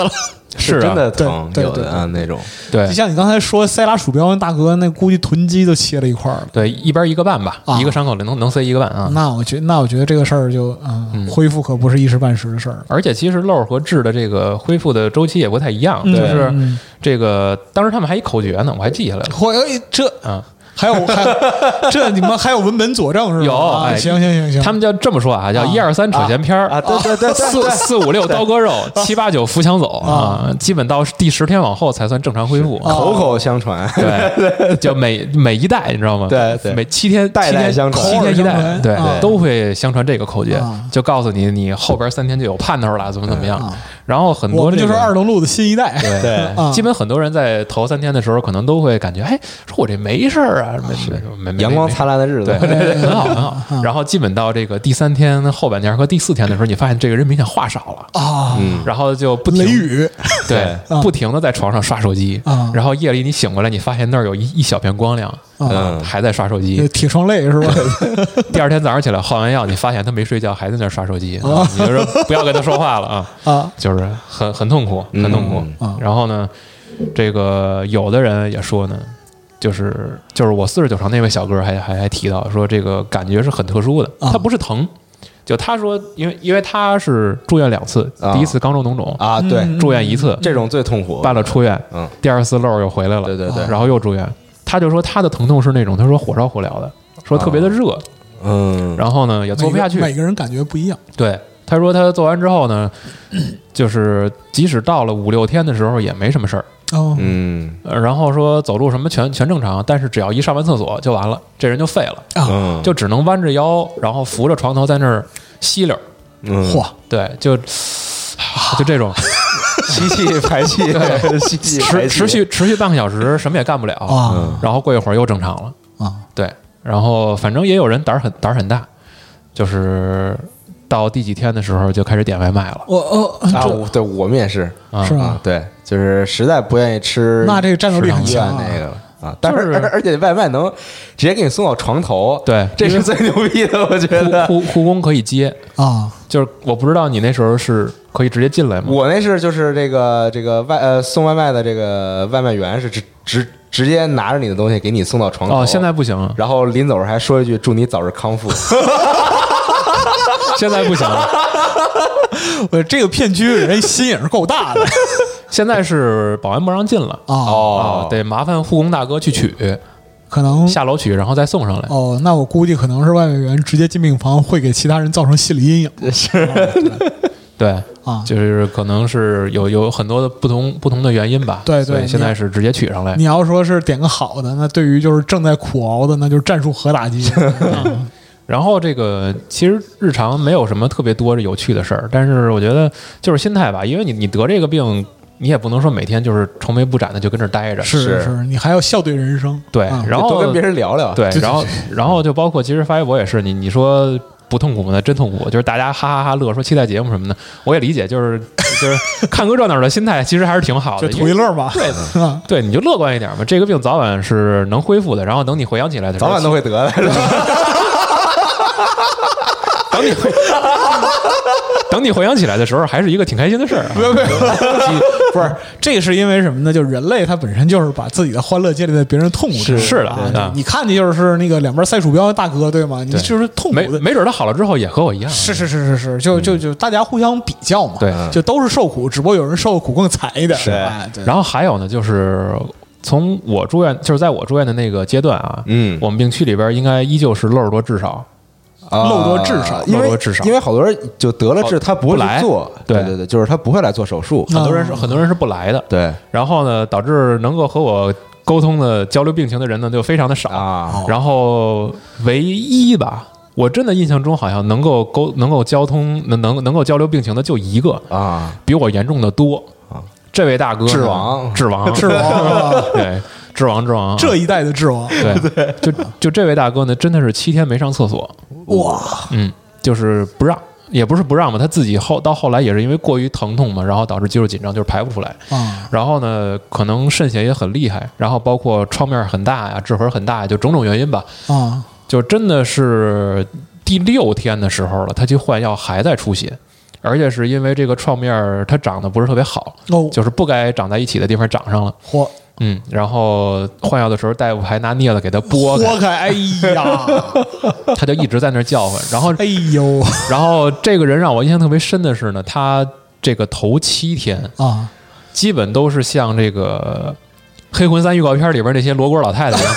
是真的疼， 对有的啊那种。 对， 就像你刚才说塞拉鼠标，大哥那估计臀肌都切了一块了。 对，一边一个半吧， 啊、 一个伤口里能能塞一个半啊。 那我觉那我觉得这个事儿就嗯，嗯恢复可不是一时半时的事儿。 而且其实瘘和痣的这个恢复的周期也不太一样， 嗯、 就是这个当时他们还一口诀呢，我还记下来了。 我这啊。 还有还有，这你们还有文本佐证是吧？ 有，哎， 行行行行， 他们叫这么说啊，叫一二三扯闲篇儿啊，对对对， 四四五六刀割肉，七八九扶墙走啊，基本到第十天往后才算正常恢复， 口口相传， 对，就每每一代你知道吗？ 对对， 每七天代代相传， 七天一代，对，都会相传这个口诀， 啊、 就告诉你你后边三天就有盼头了，怎么怎么样。啊、然后很多、这个、 我们就是二龙路的新一代， 对对，啊、基本很多人在头三天的时候可能都会感觉，哎，说我这没事儿啊，没没阳光灿烂的日子， 对，很好很好。然后基本到这个第三天后半天和第四天的时候，你发现这个人明显话少了啊， 嗯，然后就不雷雨， 对，不停的在床上刷手机，然后夜里你醒过来，你发现那儿有一一小片光亮，嗯，还在刷手机， 铁窗泪是吧？ 第二天早上起来换完药，你发现他没睡觉，还在那儿刷手机，你就说不要跟他说话了啊啊，就是很很痛苦，很痛苦。然后呢，这个有的人也说呢。就是就是我四十九床那位小哥还还还提到说这个感觉是很特殊的，他不是疼，就他说因为因为他是住院两次，第一次肛周脓肿啊，对， 住院一次， 这种最痛苦， 办了出院，嗯，第二次瘘又回来了， 对对对， 然后又住院，他就说他的疼痛是那种他说火烧火燎的，说特别的热， 嗯， 然后呢也做不下去， 每个人感觉不一样， 对。他说他做完之后呢，就是即使到了五六天的时候也没什么事儿， 哦， 嗯， 然后说走路什么全全正常，但是只要一上完厕所就完了，这人就废了啊， 就只能弯着腰，然后扶着床头在那儿吸溜， 嗯， 嚯， 对，就就这种吸气排气，吸气持持续持续半个小时，什么也干不了啊， 然后过一会儿又正常了啊， 对，然后反正也有人胆儿很胆儿很大，就是。到第几天的时候就开始点外卖了。 我哦啊，对我们也是， 是吧？ 对，就是实在不愿意吃， 那这个战斗力很强那个啊。但是而而且外卖能直接给你送到床头， 对， 这是最牛逼的，我觉得。 护护工可以接啊， 就是我不知道你那时候是可以直接进来吗？ 我那是就是这个这个外呃送外卖的这个外卖员是直直直接拿着你的东西给你送到床头。 哦，现在不行。 然后临走时还说一句祝你早日康复。 现在不行了， 我这个片区人心眼够大的。 现在是保安不让进了哦， 得麻烦护工大哥去取， 可能下楼取，然后再送上来。 哦，那我估计可能是外卖员直接进病房，会给其他人造成心理阴影。 是， 对啊， 就是可能是有有很多的不同不同的原因吧。 对对， 现在是直接取上来。 你要说是点个好的，那对于就是正在苦熬的，那就是战术核打击。 然后这个其实日常没有什么特别多的有趣的事儿，但是我觉得就是心态吧，因为你你得这个病，你也不能说每天就是愁眉不展的就跟这待着， 是是，你还要笑对人生， 对，然后多跟别人聊聊， 对，然后然后就包括其实发微博也是，你你说不痛苦吗？真痛苦，就是大家哈哈哈乐，说期待节目什么的，我也理解，就是就是看个热闹的心态，其实还是挺好的， 就图一乐嘛， 对对，你就乐观一点嘛，这个病早晚是能恢复的，然后等你回想起来的时候， 早晚都会得的。 等你回等你回想起来的时候，还是一个挺开心的事儿、啊。 不不不是，这个是因为什么呢？就是人类它本身就是把自己的欢乐建立在别人痛苦上。 是是的、 啊，你看见就是那个两边塞鼠标的大哥，对吗？你就是痛苦的， 没没准他好了之后也和我一样。 是是是是是，就就就大家互相比较嘛。 对， 就都是受苦，只不过有人受苦更惨一点。 是。 然后还有呢，就是从我住院，就是在我住院的那个阶段啊， 嗯， 我们病区里边应该依旧是漏多至少。 漏多至少， 因为至少， 因为好多人就得了治，他不会来做，对对对，就是他不会来做手术， 很多人是很多人是不来的， 对。 然后呢，导致能够和我沟通的交流病情的人呢就非常的少啊。 然后唯一吧，我真的印象中好像能够沟能够交通能能能够交流病情的就一个啊， 比我严重的多啊。这位大哥， 智王， 智王， 智王， 对。智王之王， 这一代的智王， 对对，就就这位大哥呢，真的是七天没上厕所， 哇， 嗯，就是不让，也不是不让嘛，他自己后到后来也是因为过于疼痛嘛，然后导致肌肉紧张，就是排不出来啊。 然后呢，可能渗血也很厉害，然后包括创面很大呀，痔痕很大呀，就种种原因吧啊， 就真的是第六天的时候了，他去换药还在出血。 而且是因为这个创面它长得不是特别好， 哦， 就是不该长在一起的地方长上了。 嚯， 嗯，然后换药的时候，大夫还拿镊子给它拨开， 拨开，哎呀， 他就一直在那儿叫唤。然后， 哎呦， 然后这个人让我印象特别深的是呢，他这个头七天啊， 基本都是像这个《黑魂三》预告片里边那些罗锅老太太一样。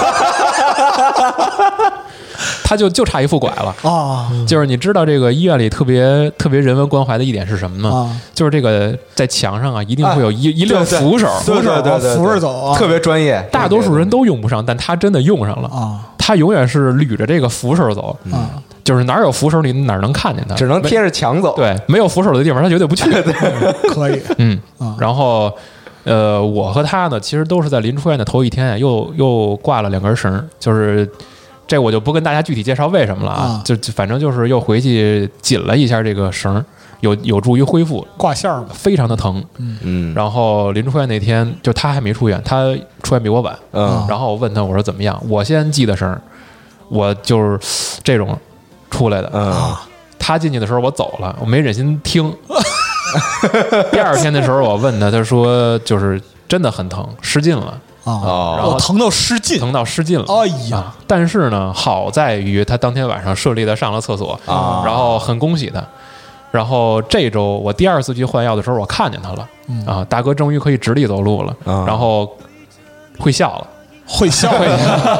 他就就差一副拐了啊！ 就是你知道这个医院里特别特别人文关怀的一点是什么吗？ 啊、 就是这个在墙上啊，一定会有一、哎、一溜扶手， 扶手扶着走、啊， 特别专业。 大多数人都用不上，但他真的用上了啊！ 他永远是捋着这个扶手走啊， 就是哪有扶手你哪能看见他， 只能贴着墙走。 对，没有扶手的地方他绝对不去。 可以， 嗯，然后。呃，我和他呢，其实都是在临出院的头一天啊，又又挂了两根绳，就是这我就不跟大家具体介绍为什么了啊，啊就反正就是又回去紧了一下这个绳，有有助于恢复。 挂线嘛， 非常的疼， 嗯， 然后临出院那天，就他还没出院，他出院比我晚， 嗯， 然后我问他我说怎么样，我先系的绳，我就是这种出来的， 嗯， 他进去的时候我走了，我没忍心听。第二天的时候，我问他，他说就是真的很疼，失禁了啊，然后疼到失禁， 疼到失禁了。 哎呀、 啊！但是呢，好在于他当天晚上顺利的上了厕所啊， 然后很恭喜他。然后这周我第二次去换药的时候，我看见他了、 嗯、 啊，大哥终于可以直立走路了， 啊、 然后会笑了。 会笑，会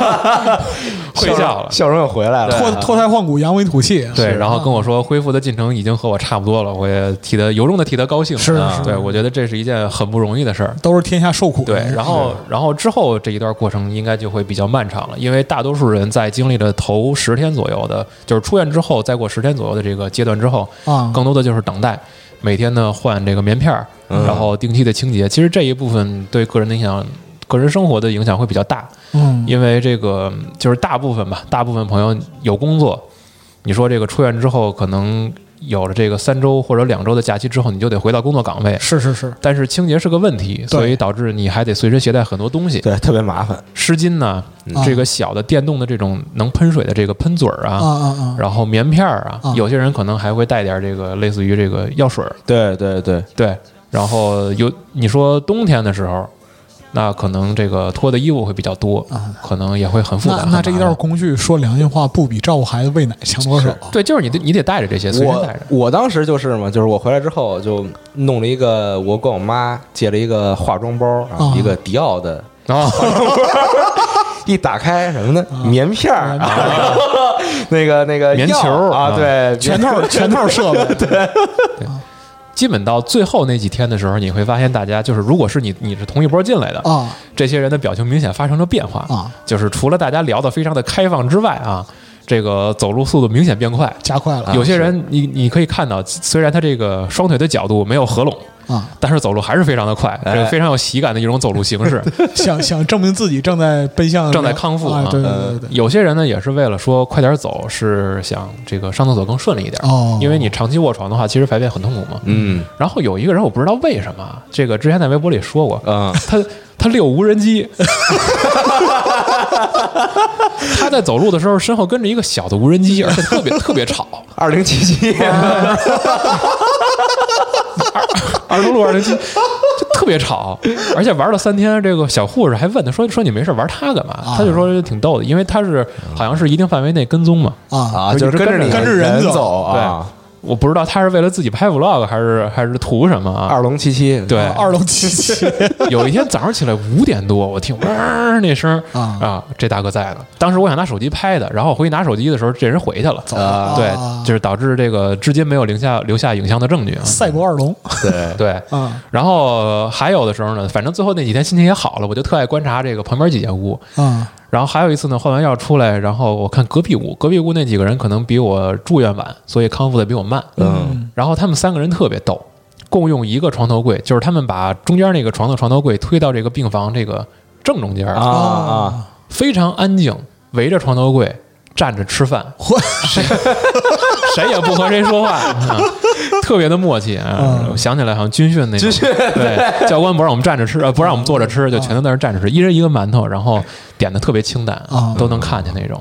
笑了， 笑容又回来了， 脱脱胎换骨，扬眉吐气。 对，然后跟我说恢复的进程已经和我差不多了，我也替他由衷的替他高兴。 是是， 对，我觉得这是一件很不容易的事儿， 都是天下受苦。 对，然后然后之后这一段过程应该就会比较漫长了，因为大多数人在经历了头十天左右的，就是出院之后再过十天左右的这个阶段之后， 啊， 更多的就是等待，每天呢换这个棉片，然后定期的清洁。其实这一部分对个人的影响。个人生活的影响会比较大， 嗯， 因为这个就是大部分吧，大部分朋友有工作，你说这个出院之后，可能有了这个三周或者两周的假期之后，你就得回到工作岗位， 是是是， 但是清洁是个问题，所以导致你还得随身携带很多东西， 对，特别麻烦。 湿巾呢，嗯、这个小的电动的这种能喷水的这个喷嘴儿啊， 啊啊啊然后棉片啊， 啊有些人可能还会带点这个类似于这个药水， 对对对对，然后有你说冬天的时候。那可能这个脱的衣服会比较多， 啊、 可能也会很复杂。 那那这一道工具，说良心话，不比照顾孩子喂奶强多少？ 对，就是你得你得带着这些，随身带着。 我我当时就是嘛，就是我回来之后就弄了一个，我跟我妈借了一个化妆包，啊、一个迪奥的啊， 化妆包一打开什么呢？啊、棉片儿啊，那个那个棉球啊，对， 全套全套设备， 对。 对基本到最后那几天的时候，你会发现大家就是，如果是你你是同一波进来的啊， 这些人的表情明显发生了变化啊， 就是除了大家聊得非常的开放之外啊，这个走路速度明显变快， 加快了。 有些人你你可以看到，虽然他这个双腿的角度没有合拢。 啊！ 但是走路还是非常的快， 哎、 这个非常有喜感的一种走路形式。 想想证明自己正在奔向正在康复啊！对对对对。 有些人呢也是为了说快点走，是想这个上厕所更顺利一点。 哦。 因为你长期卧床的话，其实排便很痛苦嘛。 嗯。 然后有一个人我不知道为什么，这个之前在微博里说过， 嗯， 他他遛无人机。他在走路的时候，身后跟着一个小的无人机，而且特别特别吵。 二零七七。 儿童路二零七就特别吵，而且玩了三天，这个小护士还问他说：“说你没事玩它干嘛？” 啊、 他就说挺逗的，因为他是好像是一定范围内跟踪嘛， 啊， 就是跟着你跟着人走啊。 我不知道他是为了自己拍 vlog 还是还是图什么啊？ 二龙七七， 对， 啊、二龙七七。 有一天早上起来五点多，我听哇那声啊啊，这大哥在呢。当时我想拿手机拍的，然后我回去拿手机的时候，这人回去了， 啊、 对，就是导致这个至今没有留下留下影像的证据啊。 赛博二龙， 对对啊。 然后还有的时候呢，反正最后那几天心情也好了，我就特爱观察这个旁边几间屋啊。 然后还有一次呢，换完药出来，然后我看隔壁屋，隔壁屋那几个人可能比我住院晚，所以康复的比我慢。 嗯， 然后他们三个人特别逗，共用一个床头柜，就是他们把中间那个床的床头柜推到这个病房这个正中间啊啊， 非常安静，围着床头柜站着吃饭，谁谁也不和谁说话，啊、特别的默契啊！ 嗯、 我想起来好像军训那种， 军训对，教官不让我们站着吃，呃，不让我们坐着吃，就全都在那站着吃，一人一个馒头，然后点的特别清淡， 啊、 都能看见那种。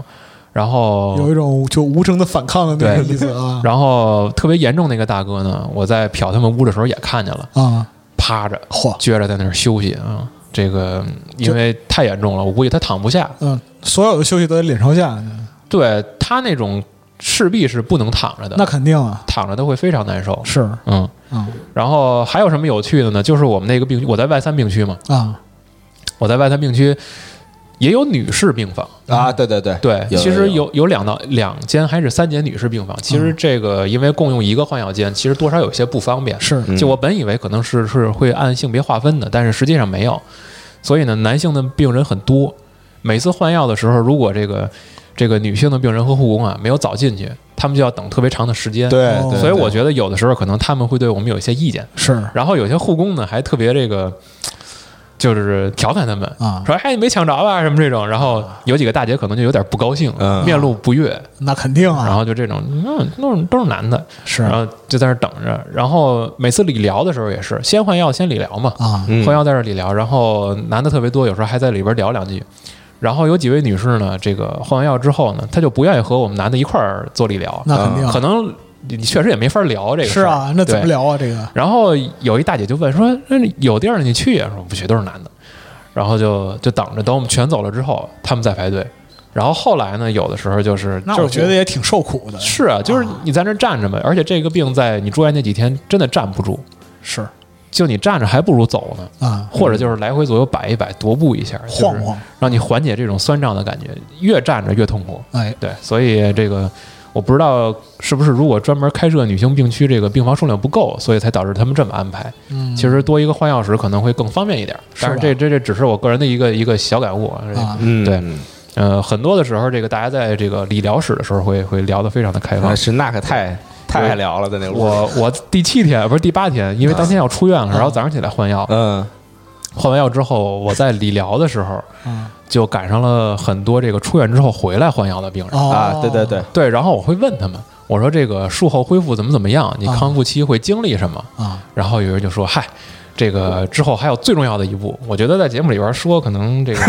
然后有一种就无声的反抗的那个意思啊。 然后特别严重那个大哥呢，我在瞟他们屋的时候也看见了啊， 趴着嚯， 撅着在那儿休息啊。这个因为太严重了，我估计他躺不下。 嗯，所有的休息都得脸朝下。 对他那种势必是不能躺着的， 那肯定啊， 躺着他会非常难受。 是， 嗯嗯。 然后还有什么有趣的呢？就是我们那个病区，我在外三病区嘛啊， 我在外三病区也有女士病房啊，对对对对，其实有有两到两间还是三间女士病房。其实这个因为共用一个换药间，其实多少有些不方便。 是， 就我本以为可能是是会按性别划分的，但是实际上没有。所以呢，男性的病人很多。每次换药的时候，如果这个这个女性的病人和护工啊没有早进去，他们就要等特别长的时间。 对， 所以我觉得有的时候可能他们会对我们有一些意见。 是， 然后有些护工呢还特别这个。就是调侃他们啊，说哎你没抢着吧什么这种，然后有几个大姐可能就有点不高兴， 嗯、 面露不悦。 那肯定啊， 然后就这种，嗯，都是都是男的， 是， 然后就在那等着。然后每次理疗的时候也是，先换药，先理疗嘛， 啊， 换药在这理疗，然后男的特别多，有时候还在里边聊两句。然后有几位女士呢，这个换完药之后呢，她就不愿意和我们男的一块儿做理疗， 那肯定， 可能。你确实也没法聊这个事儿，是啊，那怎么聊啊？这个。 然后有一大姐就问说：“那有地儿你去呀？”说不去，都是男的。然后就就等着，等我们全走了之后，他们再排队。然后后来呢，有的时候就是， 那我觉得也挺受苦的。 是啊，就是你在那站着嘛，而且这个病在你住院那几天真的站不住， 是， 就你站着还不如走呢啊， 或者就是来回左右摆一摆，踱步一下， 晃晃， 让你缓解这种酸胀的感觉。越站着越痛苦。 哎， 对，所以这个。我不知道是不是如果专门开设女性病区，这个病房数量不够，所以才导致他们这么安排。 嗯， 其实多一个换药室可能会更方便一点。但是这这这只是我个人的一个一个小感悟啊。 嗯， 对，呃，很多的时候，这个大家在这个理疗室的时候会会聊得非常的开放。 是那可太太爱聊了，在那个我我第七天不是第八天，因为当天要出院了，然后早上起来换药。 嗯， 换完药之后，我在理疗的时候， 嗯。 就赶上了很多这个出院之后回来换药的病人、 哦、 啊，对对对对，然后我会问他们，我说这个术后恢复怎么怎么样？你康复期会经历什么？ 啊， 然后有人就说，嗨，这个之后还有最重要的一步，我觉得在节目里边说，可能这个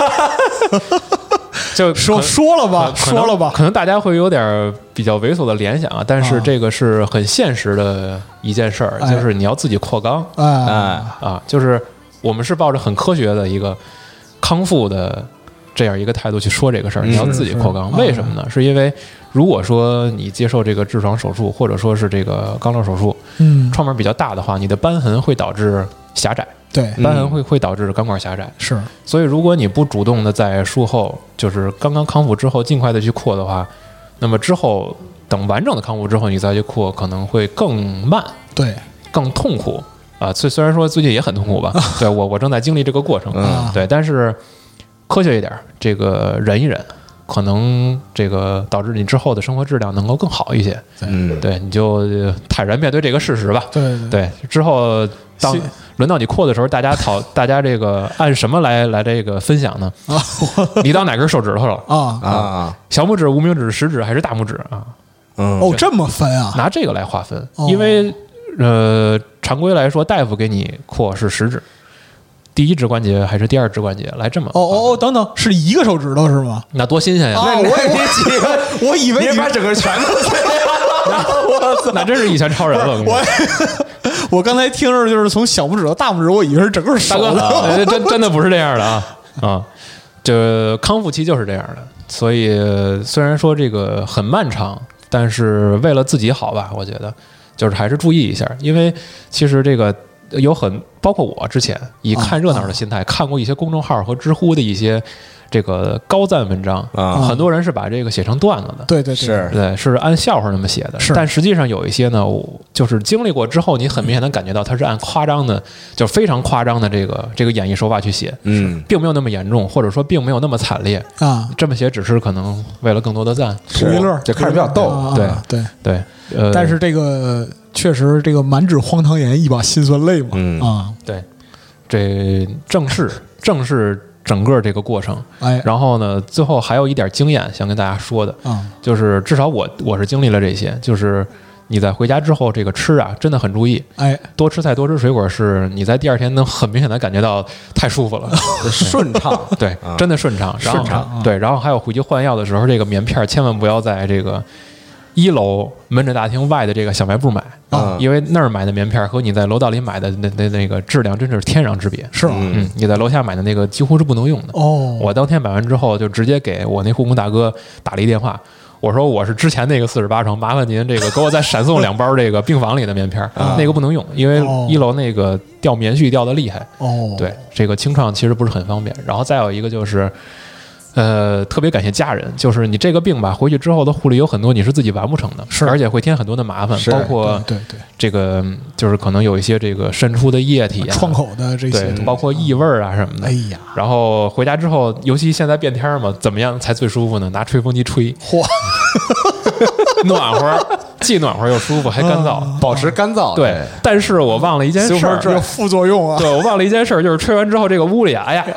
就说说了吧，说了吧， 可能大家会有点比较猥琐的联想啊，但是这个是很现实的一件事儿， 哎、 就是你要自己扩肛， 哎啊，就是我们是抱着很科学的一个。康复的这样一个态度去说这个事儿，你要自己扩肛，为什么呢？是因为如果说你接受这个痔疮手术，或者说是这个肛瘘手术， 嗯， 创面比较大的话，你的瘢痕会导致狭窄， 对， 瘢痕会会导致肛管狭窄， 是。 所以如果你不主动的在术后，就是刚刚康复之后，尽快的去扩的话，那么之后等完整的康复之后，你再去扩可能会更慢， 对， 更痛苦。啊，虽虽然说最近也很痛苦吧，对我我正在经历这个过程， 嗯， 对，但是科学一点，这个忍一忍，可能这个导致你之后的生活质量能够更好一些， 嗯， 对，你就坦然面对这个事实吧， 对对对，之后当轮到你扩的时候，大家讨大家这个按什么来来这个分享呢？ 啊， 你当哪根手指头了？ 啊啊， 小拇指、无名指、食指还是大拇指啊？ 嗯， 哦，这么分啊？ 拿这个来划分， 哦、 因为。呃，常规来说，大夫给你扩是食指，第一指关节还是第二指关节？来这么哦哦哦，等等，是一个手指头是吗？ 那多新鲜呀！ 啊、我我我以为你把整个拳头这样， 我操，那真是一拳超人了！ 我我刚才听着就是从小拇指到大拇指，我以为是整个手的，真真的不是这样的啊啊！这康复期就是这样的，所以虽然说这个很漫长，但是为了自己好吧，我觉得。就是还是注意一下，因为其实这个有很包括我之前以看热闹的心态、啊、看过一些公众号和知乎的一些这个高赞文章啊， 很多人是把这个写成段子的， 对对对， 是对是按笑话那么写的， 是。 但实际上有一些呢，就是经历过之后，你很明显能感觉到它是按夸张的，就是非常夸张的这个这个演绎手法去写， 嗯， 并没有那么严重，或者说并没有那么惨烈啊。 这么写只是可能为了更多的赞， 图一乐， 就看着比较逗， 啊、 对对对。呃， 但是这个确实，这个满纸荒唐言，一把辛酸泪嘛， 嗯啊， 对，这正是正是整个这个过程， 哎， 然后呢，最后还有一点经验想跟大家说的， 啊， 就是至少我我是经历了这些，就是你在回家之后这个吃啊，真的很注意， 哎， 多吃菜多吃水果，是你在第二天能很明显的感觉到太舒服了， 顺畅， 对，真的顺畅， 顺畅， 对，然后还有回去换药的时候，这个棉片千万不要在这个一楼门诊大厅外的这个小卖部买啊， 因为那儿买的棉片和你在楼道里买的那那那个质量真是天壤之别， 是吗？ 嗯，你在楼下买的那个几乎是不能用的。 哦， 我当天买完之后就直接给我那护工大哥打了一电话，我说我是之前那个四十八床，麻烦您这个给我再闪送两包这个病房里的棉片，那个不能用，因为一楼那个掉棉絮掉的厉害。 哦， 对，这个清创其实不是很方便。然后再有一个就是。呃，特别感谢家人，就是你这个病吧，回去之后的护理有很多你是自己完不成的， 是， 而且会添很多的麻烦，包括对对这个就是可能有一些这个渗出的液体啊， 创口的这些， 对，包括异味啊什么的。 哎呀， 然后回家之后，尤其现在变天嘛，怎么样才最舒服呢？拿吹风机吹， 嚯， 暖和，既暖和又舒服，还干燥， 嗯、保持干燥。 对，但是我忘了一件事儿， 有副作用啊。 对，我忘了一件事儿，就是吹完之后，这个屋里啊，哎呀。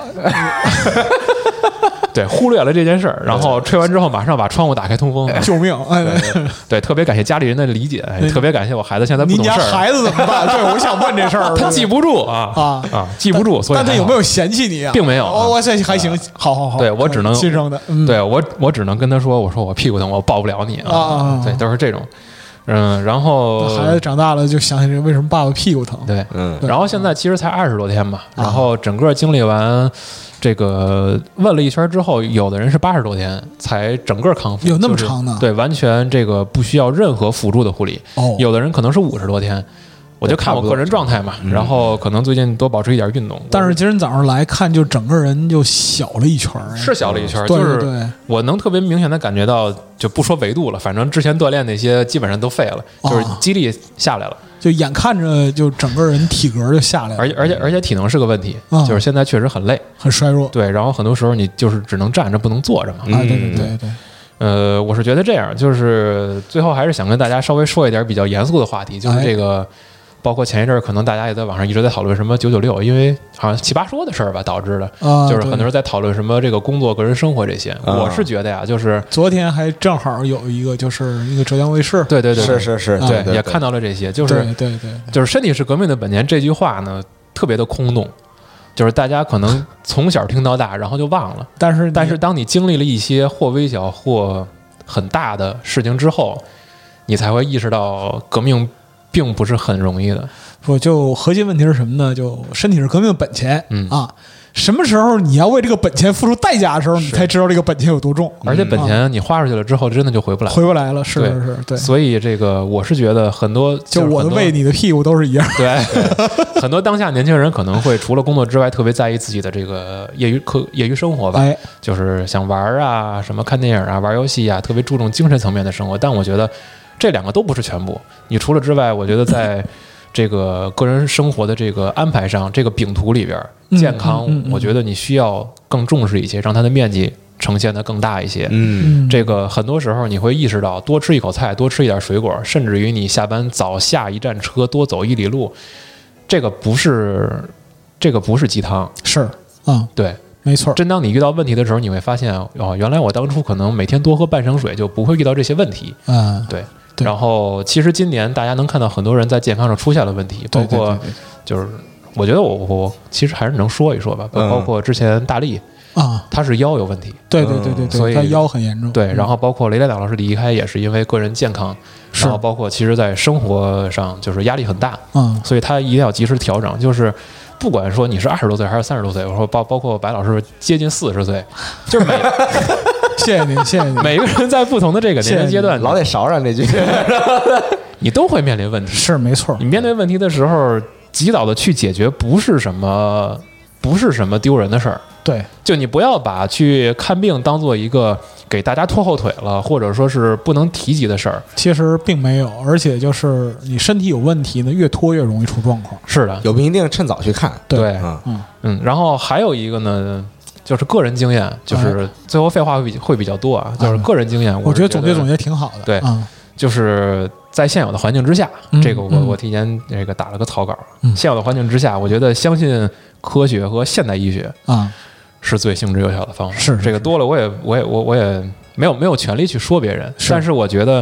对，忽略了这件事儿，然后吹完之后马上把窗户打开通风， 救命！哎， 对，特别感谢家里人的理解，特别感谢我孩子现在不懂事儿。 您家孩子怎么办？对，我想问这事儿， 他记不住啊啊啊，记不住，所以但他有没有嫌弃你啊？ 并没有， 我我这还行，好好好。 对我只能亲生的， 对我我只能跟他说，我说我屁股疼，我抱不了你啊。 对，都是这种。嗯，然后孩子长大了就想起这为什么爸爸屁股疼。 对，嗯，然后现在其实才二十多天吧，然后整个经历完这个问了一圈之后，有的人是八十多天才整个康复， 有那么长呢？ 对，完全这个不需要任何辅助的护理。 哦， 有的人可能是五十多天。我就看我个人状态嘛，然后可能最近多保持一点运动。 但是今天早上来看，就整个人就小了一圈， 是小了一圈， 就是我能特别明显的感觉到，就不说维度了，反正之前锻炼那些基本上都废了，就是肌力下来了， 就眼看着就整个人体格就下来了， 而且而且而且体能是个问题，就是现在确实很累， 很衰弱。 对，然后很多时候你就是只能站着不能坐着嘛。 啊，对对对对。 呃，我是觉得这样，就是最后还是想跟大家稍微说一点比较严肃的话题，就是这个。包括前一阵儿，可能大家也在网上一直在讨论什么九九六，因为好像奇葩说的事儿吧导致的， 啊、 就是很多人在讨论什么这个工作、个人生活这些。 啊、 我是觉得呀，就是昨天还正好有一个，就是一个浙江卫视， 对对对， 是是是， 对， 对对也看到了这些，就是对对对， 就是身体是革命的本钱这句话呢，特别的空洞，就是大家可能从小听到大，然后就忘了。 但是但是当你经历了一些或微小或很大的事情之后，你才会意识到革命并不是很容易的。 不，就核心问题是什么呢？就身体是革命的本钱， 嗯啊，什么时候你要为这个本钱付出代价的时候，你才知道这个本钱有多重。 而且本钱你花出去了之后，真的就回不来了， 回不来了，是是是，对。 所以这个我是觉得很多， 就我的胃、你的屁股都是一样。 对，很多当下年轻人可能会除了工作之外，特别在意自己的这个业余课、业余生活吧， 哎， 就是想玩啊，什么看电影啊、玩游戏啊，特别注重精神层面的生活。但我觉得这两个都不是全部。你除了之外，我觉得在这个个人生活的这个安排上，这个饼图里边，健康， 嗯嗯嗯、 我觉得你需要更重视一些，让它的面积呈现得更大一些。 嗯， 这个很多时候你会意识到，多吃一口菜，多吃一点水果，甚至于你下班早下一站车，多走一里路，这个不是这个不是鸡汤， 是啊、嗯， 对， 没错。 真当你遇到问题的时候，你会发现哦，原来我当初可能每天多喝半升水就不会遇到这些问题。 嗯， 对。然后，其实今年大家能看到很多人在健康上出现了问题，包括就是我觉得我我其实还是能说一说吧，包括之前大力啊， 他是腰有问题， 对对对对对， 所以他腰很严重。 对，然后包括雷雷党老师离开也是因为个人健康，然后包括其实在生活上就是压力很大， 嗯， 所以他一定要及时调整，就是不管说你是二十多岁还是三十多岁，我说包包括白老师接近四十岁，就是每。 谢谢您，谢谢您。 每个人在不同的这个年龄阶段， 老得少上这句， 你都会面临问题。 是没错， 你面对问题的时候，及早的去解决，不是什么，不是什么丢人的事儿。 对， 就你不要把去看病当做一个给大家拖后腿了，或者说是不能提及的事儿。 其实并没有，而且就是你身体有问题呢，越拖越容易出状况。 是的， 有病一定趁早去看。 对， 嗯嗯嗯。然后还有一个呢。就是个人经验，就是最后废话会比会比较多啊。就是个人经验， 我觉得总结总结挺好的。 对，就是在现有的环境之下，这个我我提前这个打了个草稿。现有的环境之下，我觉得相信科学和现代医学啊是最行之有效的方法。 是这个多了，我也我也我我也没有没有权利去说别人，但是我觉得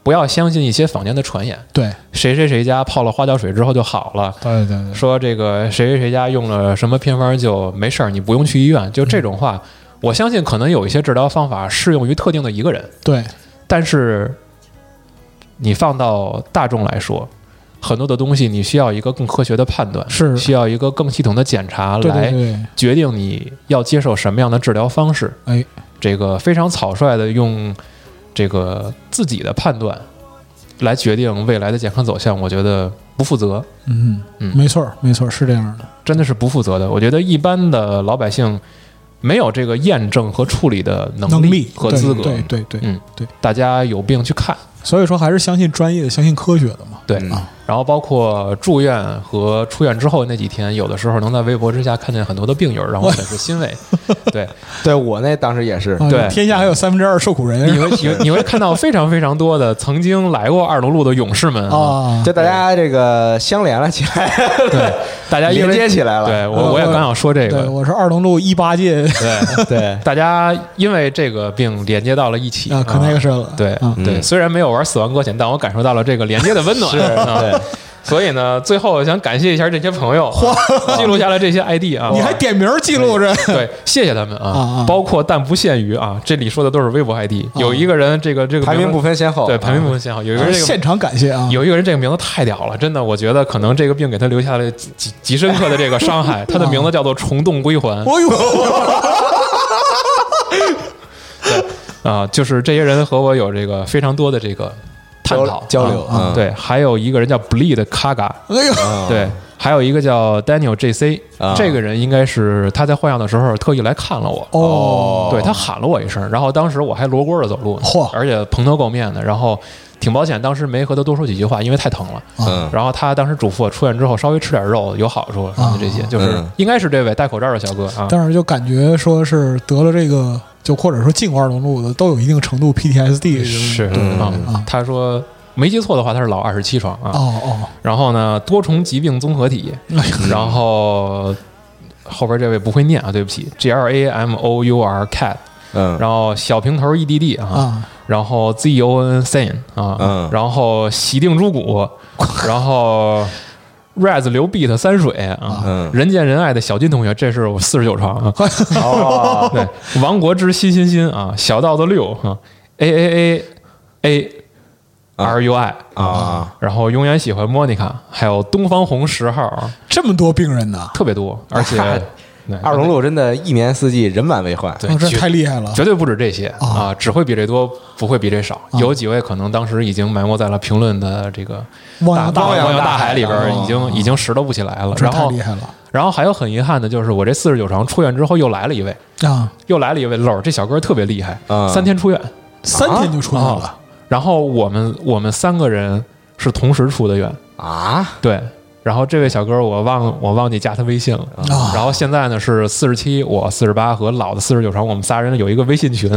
不要相信一些坊间的传言。 对， 谁谁谁家泡了花椒水之后就好了。 对对对， 说这个谁谁谁家用了什么偏方就没事儿，你不用去医院。就这种话，嗯、我相信可能有一些治疗方法适用于特定的一个人。 对， 但是你放到大众来说，很多的东西你需要一个更科学的判断， 是需要一个更系统的检查对对来对决定你要接受什么样的治疗方式。 哎， 这个非常草率的用这个自己的判断来决定未来的健康走向，我觉得不负责。 嗯嗯， 没错没错，是这样的， 真的是不负责的。我觉得一般的老百姓没有这个验证和处理的能能力和资格。 对对对对， 嗯对， 大家有病去看。 所以说还是相信专业的，相信科学的嘛。 对啊， 然后包括住院和出院之后那几天，有的时候能在微博之下看见很多的病友，让我很是欣慰。对， 对我那当时也是， 啊对天下还有三分之二受苦人， 你会你会你会看到非常非常多的曾经来过二龙路的勇士们啊， 就大家这个相连了起来， 对，大家因为连接起来了。 对我我也刚想说这个， 对，我是二龙路一八届， 对对， 大家因为这个病连接到了一起啊，可那个是了， 对啊对，虽然没有玩死亡搁浅，但我感受到了这个连接的温暖。 是，对。 所以呢，最后想感谢一下这些朋友，啊、记录下来这些 I D 啊， 你还点名记录着， 对，谢谢他们啊， 啊啊包括但不限于啊，这里说的都是微博 I D，、啊、有一个人这个这个排名不分先后， 对，排名不分先后，有一个人、这个、 现场感谢啊， 有一个人这个名字太屌了，真的，我觉得可能这个病给他留下了极极深刻的这个伤害，他的名字叫做虫洞归还。 哦呦。 对啊，就是这些人和我有这个非常多的这个探讨交流， 啊嗯、对，还有一个人叫 Bleed Kaga， 哎呦， 对，还有一个叫 Daniel J C，、 啊、 这个人应该是他在换药的时候特意来看了我， 哦， 对，他喊了我一声，然后当时我还罗锅的走路， 嚯， 而且蓬头垢面的，然后挺抱歉，当时没和他多说几句话，因为太疼了， 嗯， 然后他当时嘱咐我出院之后稍微吃点肉有好处，然后这些、啊、就是、嗯、应该是这位戴口罩的小哥啊， 但是就感觉说是得了这个。就或者说进过二龙路的都有一定程度 P T S D， 是嗯啊、嗯，他说没记错的话，他是老二十七床啊。 哦哦。 然后呢，多重疾病综合体，然后后边这位不会念啊，对不起 ，G L A M O U R cat， 嗯， 然后小平头 E D D 啊， 啊然后 Z O N San 啊， 嗯， 然后喜定猪骨，然后。Raz 流 beat 三水啊、 嗯， 人见人爱的小金同学，这是我四十九床啊。 哦， 对，王国之心心心啊，小道的六啊 ，A A A A R U I 啊， 然后永远喜欢 Monica， 还有东方红十号啊， 这么多病人呢， 特别多，而且二龙路真的一年四季人满为患， 对， 哦、这太厉害了， 绝对不止这些啊， 啊只会比这多，不会比这少。啊、有几位可能当时已经埋没在了评论的这个汪洋大汪洋大海里边， 哦、 已经已经拾掇不起来了。 这太厉害了。 然后还有很遗憾的就是，我这四十九床出院之后又来了一位啊， 又来了一位漏，这小哥特别厉害， 啊、 三天出院， 三天就出院了。 啊、然后我们我们三个人是同时出的院啊， 对。然后这位小哥我忘我忘记加他微信了， 啊、 然后现在呢是四十七，我四十八和老的四十九床，我们仨人有一个微信群，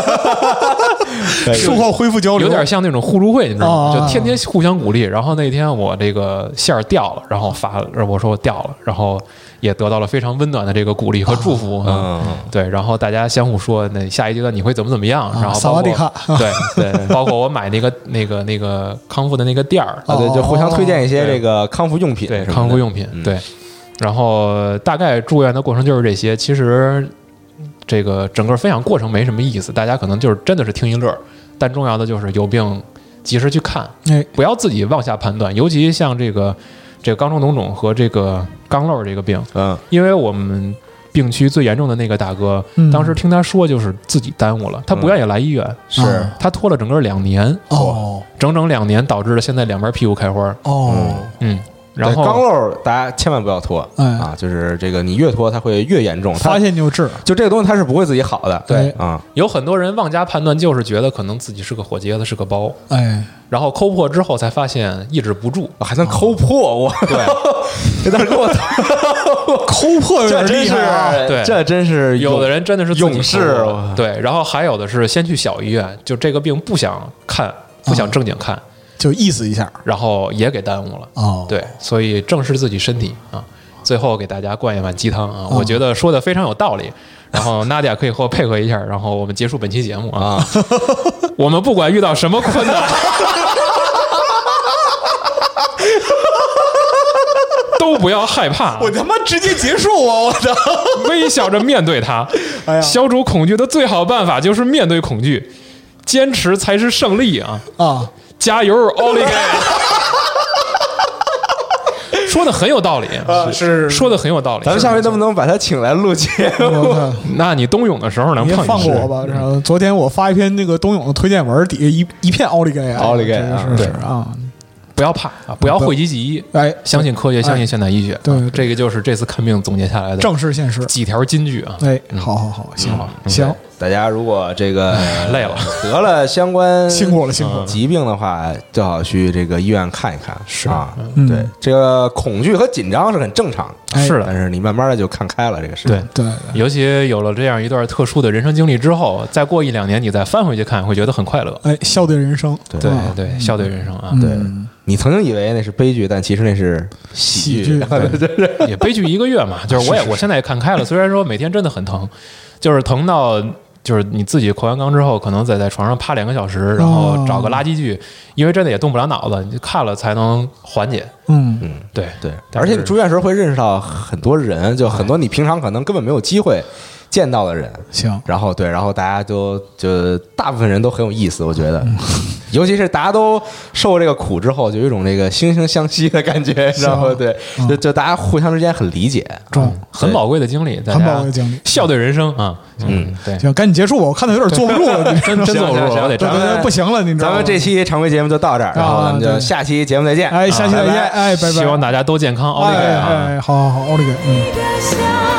术后恢复交流， 有点像那种互助会，你知道吗？ 啊、 就天天互相鼓励。然后那天我这个线儿掉了，然后发我说我掉了，然后也得到了非常温暖的这个鼓励和祝福。 啊嗯， 对，然后大家相互说，那下一阶段你会怎么怎么样？ 啊、 然后萨瓦迪卡， 对对，包括我买那个那个那个康复的那个垫儿啊，对，就互相推荐一些这个康复用品， 对，康复用品，对。然后大概住院的过程就是这些，其实这个整个分享过程没什么意思，大家可能就是真的是听一乐，但重要的就是有病及时去看， 哎， 不要自己妄下判断，尤其像这个这个肛肠脓肿和这个肛瘘这个病， 嗯， 因为我们病区最严重的那个大哥， 嗯、 当时听他说就是自己耽误了，他不愿意来医院， 嗯、是他拖了整个两年， 哦， 整整两年，导致了现在两边屁股开花， 哦， 嗯。然后肛瘘大家千万不要拖、 哎、 啊！就是这个你越拖它会越严重， 发现就治。 就这个东西它是不会自己好的。 对啊， 有很多人妄加判断，就是觉得可能自己是个火疖子，是个包， 哎， 然后抠破之后才发现抑制不住， 啊、还能抠破我。 对， 这当时给我抠破有点厉害、啊， 对， 这真是有的人真的是勇士。 对，然后还有的是先去小医院，就这个病不想看，不想正经看。啊就意思一下， 然后也给耽误了哦。 对，所以正视自己身体啊。最后给大家灌一碗鸡汤啊， 哦、 我觉得说的非常有道理。然后 Nadia 可以和我配合一下，然后我们结束本期节目啊。 我们不管遇到什么困难，都不要害怕。 我他妈直接结束啊！我操， 微笑着面对它。 哎呀， 消除恐惧的最好办法就是面对恐惧，坚持才是胜利啊！ 啊， 加油，奥利给！说的很有道理， 啊、是说的很有道理。 咱们下回能不能把他请来录节目？ 那你冬泳的时候能碰你放过我吧。然后昨天我发一篇那个冬泳的推荐文，底下一一片奥利给， 奥利给啊， 是是啊。 不要怕啊！不要讳疾忌医， 哎， 相信科学，相信现代医学。 对， 这个就是这次看病总结下来的正视现实几条金句啊！ 哎，好好好，行行。 大家如果这个累了， 得了相关辛苦了辛苦了疾病的话，最好去这个医院看一看。 是啊，对，这个恐惧和紧张是很正常的， 是的。 但是你慢慢的就看开了这个事情。 对对，尤其有了这样一段特殊的人生经历之后，再过一两年你再翻回去看，会觉得很快乐。 哎，笑对人生， 对对对，笑对人生啊！ 对。你曾经以为那是悲剧，但其实那是喜剧， 也悲剧一个月嘛。就是我也我现在也看开了，虽然说每天真的很疼，就是疼到就是你自己扩完肛之后，可能得在床上趴两个小时，然后找个垃圾剧，因为真的也动不了脑子，你就看了才能缓解。 嗯嗯， 对对。而且你住院时候会认识到很多人，就很多你平常可能根本没有机会见到的人。 行， 然后对，然后大家就就大部分人都很有意思，我觉得。尤其是大家都受这个苦之后，就有一种这个惺惺相惜的感觉，然后对，就就大家互相之间很理解， 嗯， 很宝贵的经历， 很宝贵的经历， 笑对人生啊，嗯，对， 行，赶紧结束吧，我看他有点坐不住了， 真真坐不住了，我得站， 不行了，你知道吗？ 咱们这期常规节目就到这儿，然后咱们就下期节目再见， 哎，下期再见，哎，拜拜， 希望大家都健康，奥利给啊， 哎，好好好，奥利给，嗯。